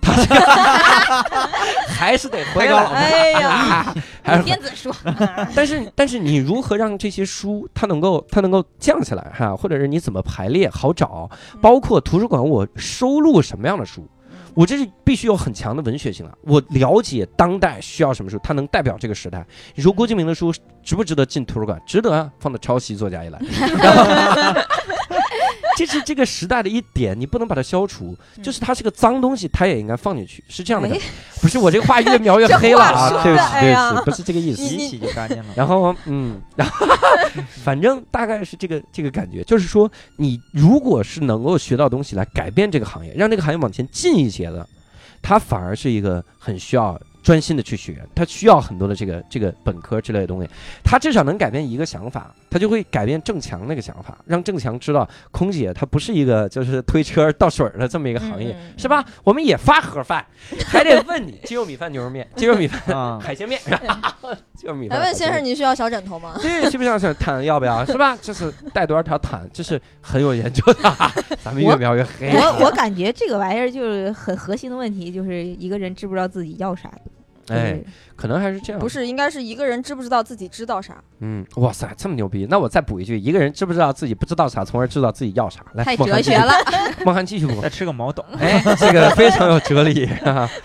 还是得回来。 哎呀， 还是电子书。 但是你如何让这些书它能够降下来哈，或者是你怎么排列好找，包括图书馆我收录什么样的书。我这是必须有很强的文学性了。我了解当代需要什么书，它能代表这个时代。你说郭敬明的书值不值得进图书馆？值得啊，放到抄袭作家一来。这是这个时代的一点，你不能把它消除。就是它是个脏东西，它也应该放进去，是这样的。不是我这个话越描越黑了啊！对不起，不是这个意思， 洗洗就干净了。 然后反正大概是这个感觉，就是说，你如果是能够学到东西来改变这个行业，让这个行业往前进一些的，它反而是一个很需要专心的去学，它需要很多的这个本科之类的东西，它至少能改变一个想法，它就会改变郑强那个想法，让郑强知道空姐她不是一个就是推车倒水的这么一个行业，是吧？我们也发盒饭，还得问你鸡肉米饭、牛肉面、鸡肉米饭、海鲜面，鸡肉米饭。 来问先生，您需要小枕头吗？ 对，需不需要毯？要不要？是吧？就是带多少条毯，这是很有研究的。咱们越描越黑。 我感觉这个玩意儿就是很核心的问题，就是一个人知不知道自己要啥。 哎，可能还是这样。 不是，应该是一个人知不知道自己知道啥。 哇塞，这么牛逼！那我再补一句，一个人知不知道自己不知道啥，从而知道自己要啥？来， 太哲学了。 梦涵继续补。 再吃个毛豆。 哎，这个非常有哲理啊。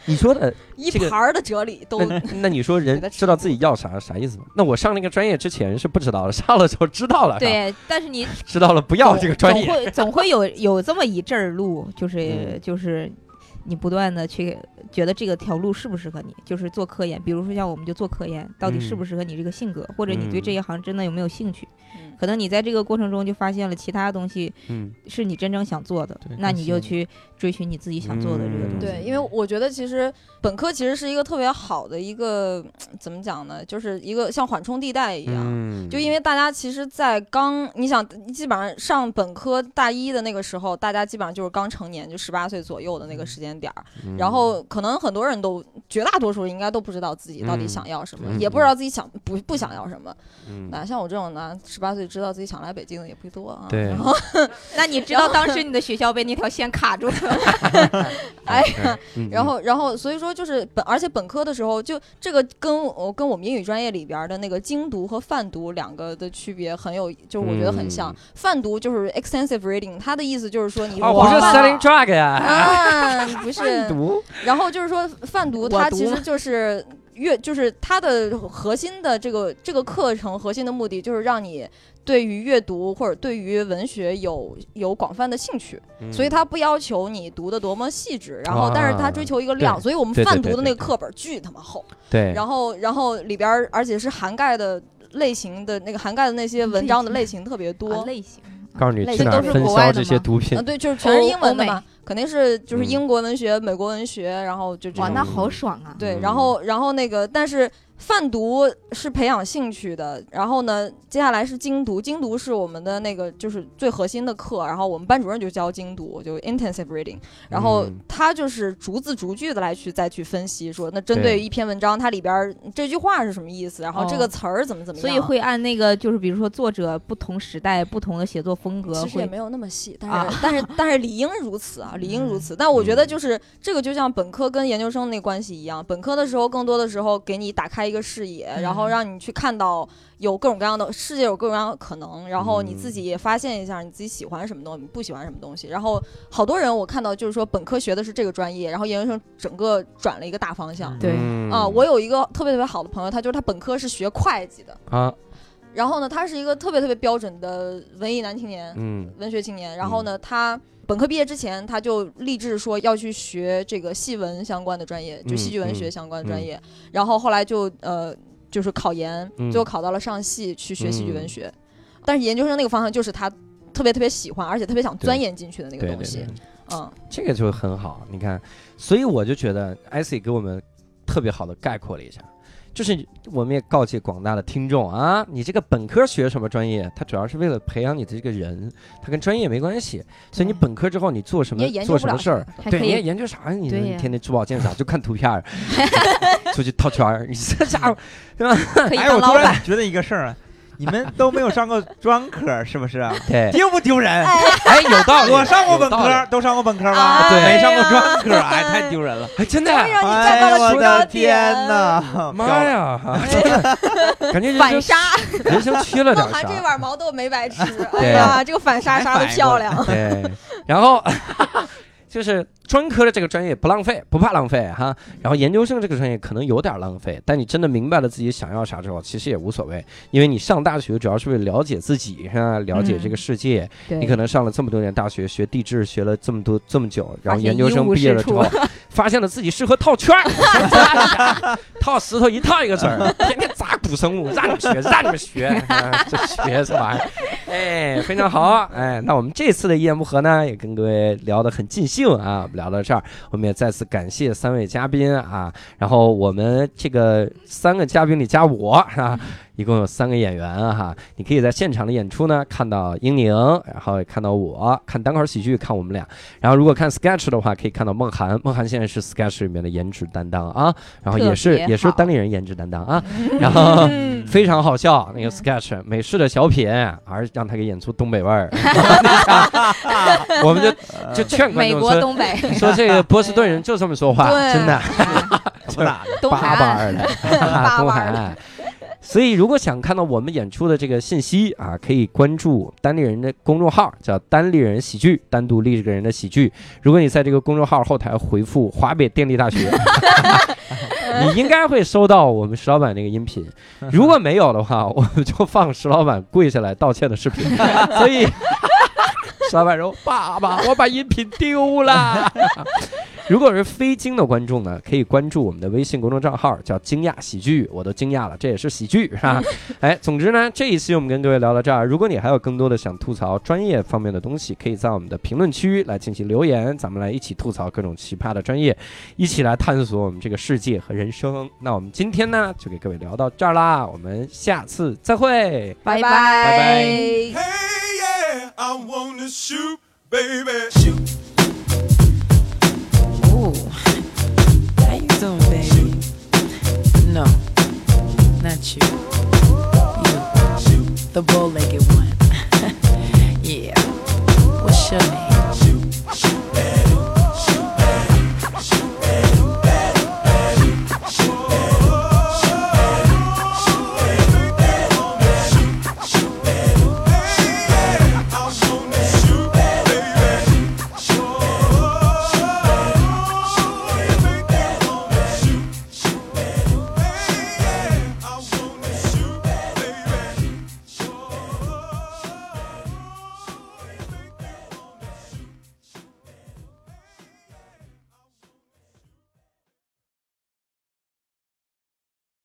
你说的一盘的哲理都。 那你说人知道自己要啥意思吗？那我上那个专业之前是不知道的，上了之后知道了。 对，但是你知道了不要这个专业， 总会有这么一阵儿路，就是你不断的去觉得这个条路适不适合你，就是做科研，比如说像我们就做科研，到底适不适合你这个性格，或者你对这一行真的有没有兴趣？可能你在这个过程中就发现了其他东西，是你真正想做的，那你就去追寻你自己想做的这个东西。 对，因为我觉得其实本科其实是一个特别好的一个怎么讲呢，就是一个像缓冲地带一样，就因为大家其实在你想基本上上本科大一的那个时候，大家基本上就是刚成年，就18岁左右的那个时间点然后可能很多人绝大多数应该都不知道自己到底想要什么，也不知道自己不想要什么。那像我这种呢，18岁知道自己想来北京的也不多啊。 对， 那你知道当时你的学校被那条线卡住了？ 哎呀，然后所以说就是而且本科的时候就这个跟我们英语专业里边的那个精读和泛读两个的区别就是我觉得很像。泛读就是 extensive reading， 它的意思就是说你不是 selling drug 呀， 不是。然后就是说泛读它其实就是它的核心的这个课程核心的目的就是让你对于阅读或者对于文学有广泛的兴趣，所以它不要求你读的多么细致，然后但是它追求一个量，所以我们泛读的那个课本巨他妈厚， 对， 然后里边而且是涵盖的类型的那些文章的类型特别多， 类型告诉你去哪儿分销这些毒品， 对，就是全是英文的嘛，肯定是就是英国文学、美国文学，然后就哇，那好爽啊！ 对，然后那个，但是泛读是培养兴趣的，然后呢，接下来是精读，精读是我们的那个就是最核心的课，然后我们班主任就教精读，就 intensive reading， 然后他就是逐字逐句的再去分析，说那针对一篇文章，它里边这句话是什么意思，然后这个词儿怎么样， 所以会按那个就是比如说作者不同时代不同的写作风格， 其实也没有那么细，但是理应如此啊，理应如此。但我觉得就是这个就像本科跟研究生那关系一样，本科的时候更多的时候给你打开一个视野，然后让你去看到有各种各样的世界，有各种各样的可能，然后你自己也发现一下你自己喜欢什么东西，不喜欢什么东西。然后好多人我看到就是说本科学的是这个专业，然后研究生整个转了一个大方向。 对啊，我有一个特别特别好的朋友，他本科是学会计的啊。 然后呢，他是一个特别特别标准的文艺男青年，文学青年。然后呢，他本科毕业之前，他就立志说要去学这个戏文相关的专业，就戏剧文学相关的专业。然后后来就是考研，最后考到了上戏去学戏剧文学。但是研究生那个方向就是他特别特别喜欢，而且特别想钻研进去的那个东西。 这个就很好。你看，所以我就觉得 IC 给我们特别好的概括了一下。就是我们也告诫广大的听众啊，你这个本科学什么专业，它主要是为了培养你的这个人，它跟专业没关系。所以你本科之后你做什么事儿，对，你也研究啥？你天天珠宝鉴赏就看图片出去套圈，你这家伙对吧？ 我突然觉得一个事儿啊。你们都没有上过专科，是不是？ 对， 丢不丢人？ 哎，有道理。 我上过本科，都上过本科吗？ 对， 没上过专科，哎，太丢人了。 哎，真的。 哎，我的天哪！ 妈呀，感觉反杀， 人生缺了点啥。 这碗毛豆没白吃。哎呀，这个反杀杀的漂亮。 对，然后就是专科的这个专业不浪费，不怕浪费哈。然后研究生这个专业可能有点浪费，但你真的明白了自己想要啥之后，其实也无所谓，因为你上大学主要是为了了解自己，是吧？了解这个世界。你可能上了这么多年大学，学地质学了这么久，然后研究生毕业了之后，发现了自己适合套圈儿，套石头一套一个准儿，天天砸古生物，让你们学，这学这玩意儿，哎，非常好，哎，那我们这次的一言不合呢，也跟各位聊得很尽兴啊。聊到这儿，我们也再次感谢3位嘉宾啊。然后我们这个3个嘉宾里加我啊，一共有3个演员哈。你可以在现场的演出呢看到英宁，然后也看到我，看单口喜剧看我们俩。然后如果看 sketch 的话，可以看到梦涵现在是 sketch 里面的颜值担当啊，然后也是单立人颜值担当啊。然后非常好笑那个 sketch 美式的小品，而让他给演出东北味儿。我们就劝观众说， 美国东北。 说这个波士顿人就这么说话，真的， 东海 882的东海岸。 所以如果想看到我们演出的这个信息啊，可以关注单立人的公众号，叫单立人喜剧，单独立这个人的喜剧。如果你在这个公众号后台回复华北电力大学你应该会收到我们石老板那个音频，如果没有的话，我们就放石老板跪下来道歉的视频。所以石老板说：“爸爸，我把音频丢了。”如果是非京的观众呢，可以关注我们的微信公众账号，叫惊讶喜剧。我都惊讶了，这也是喜剧是吧？哎，总之呢，这一期我们跟各位聊到这儿。如果你还有更多的想吐槽专业方面的东西，可以在我们的评论区来进行留言，咱们来一起吐槽各种奇葩的专业，一起来探索我们这个世界和人生。那我们今天呢，就给各位聊到这儿啦，我们下次再会， 拜拜拜拜。 Hey, yeah, I wanna shoot, baby, shoot. How you doing, baby? No, not you. You, the bow-legged one. Yeah. What's your name?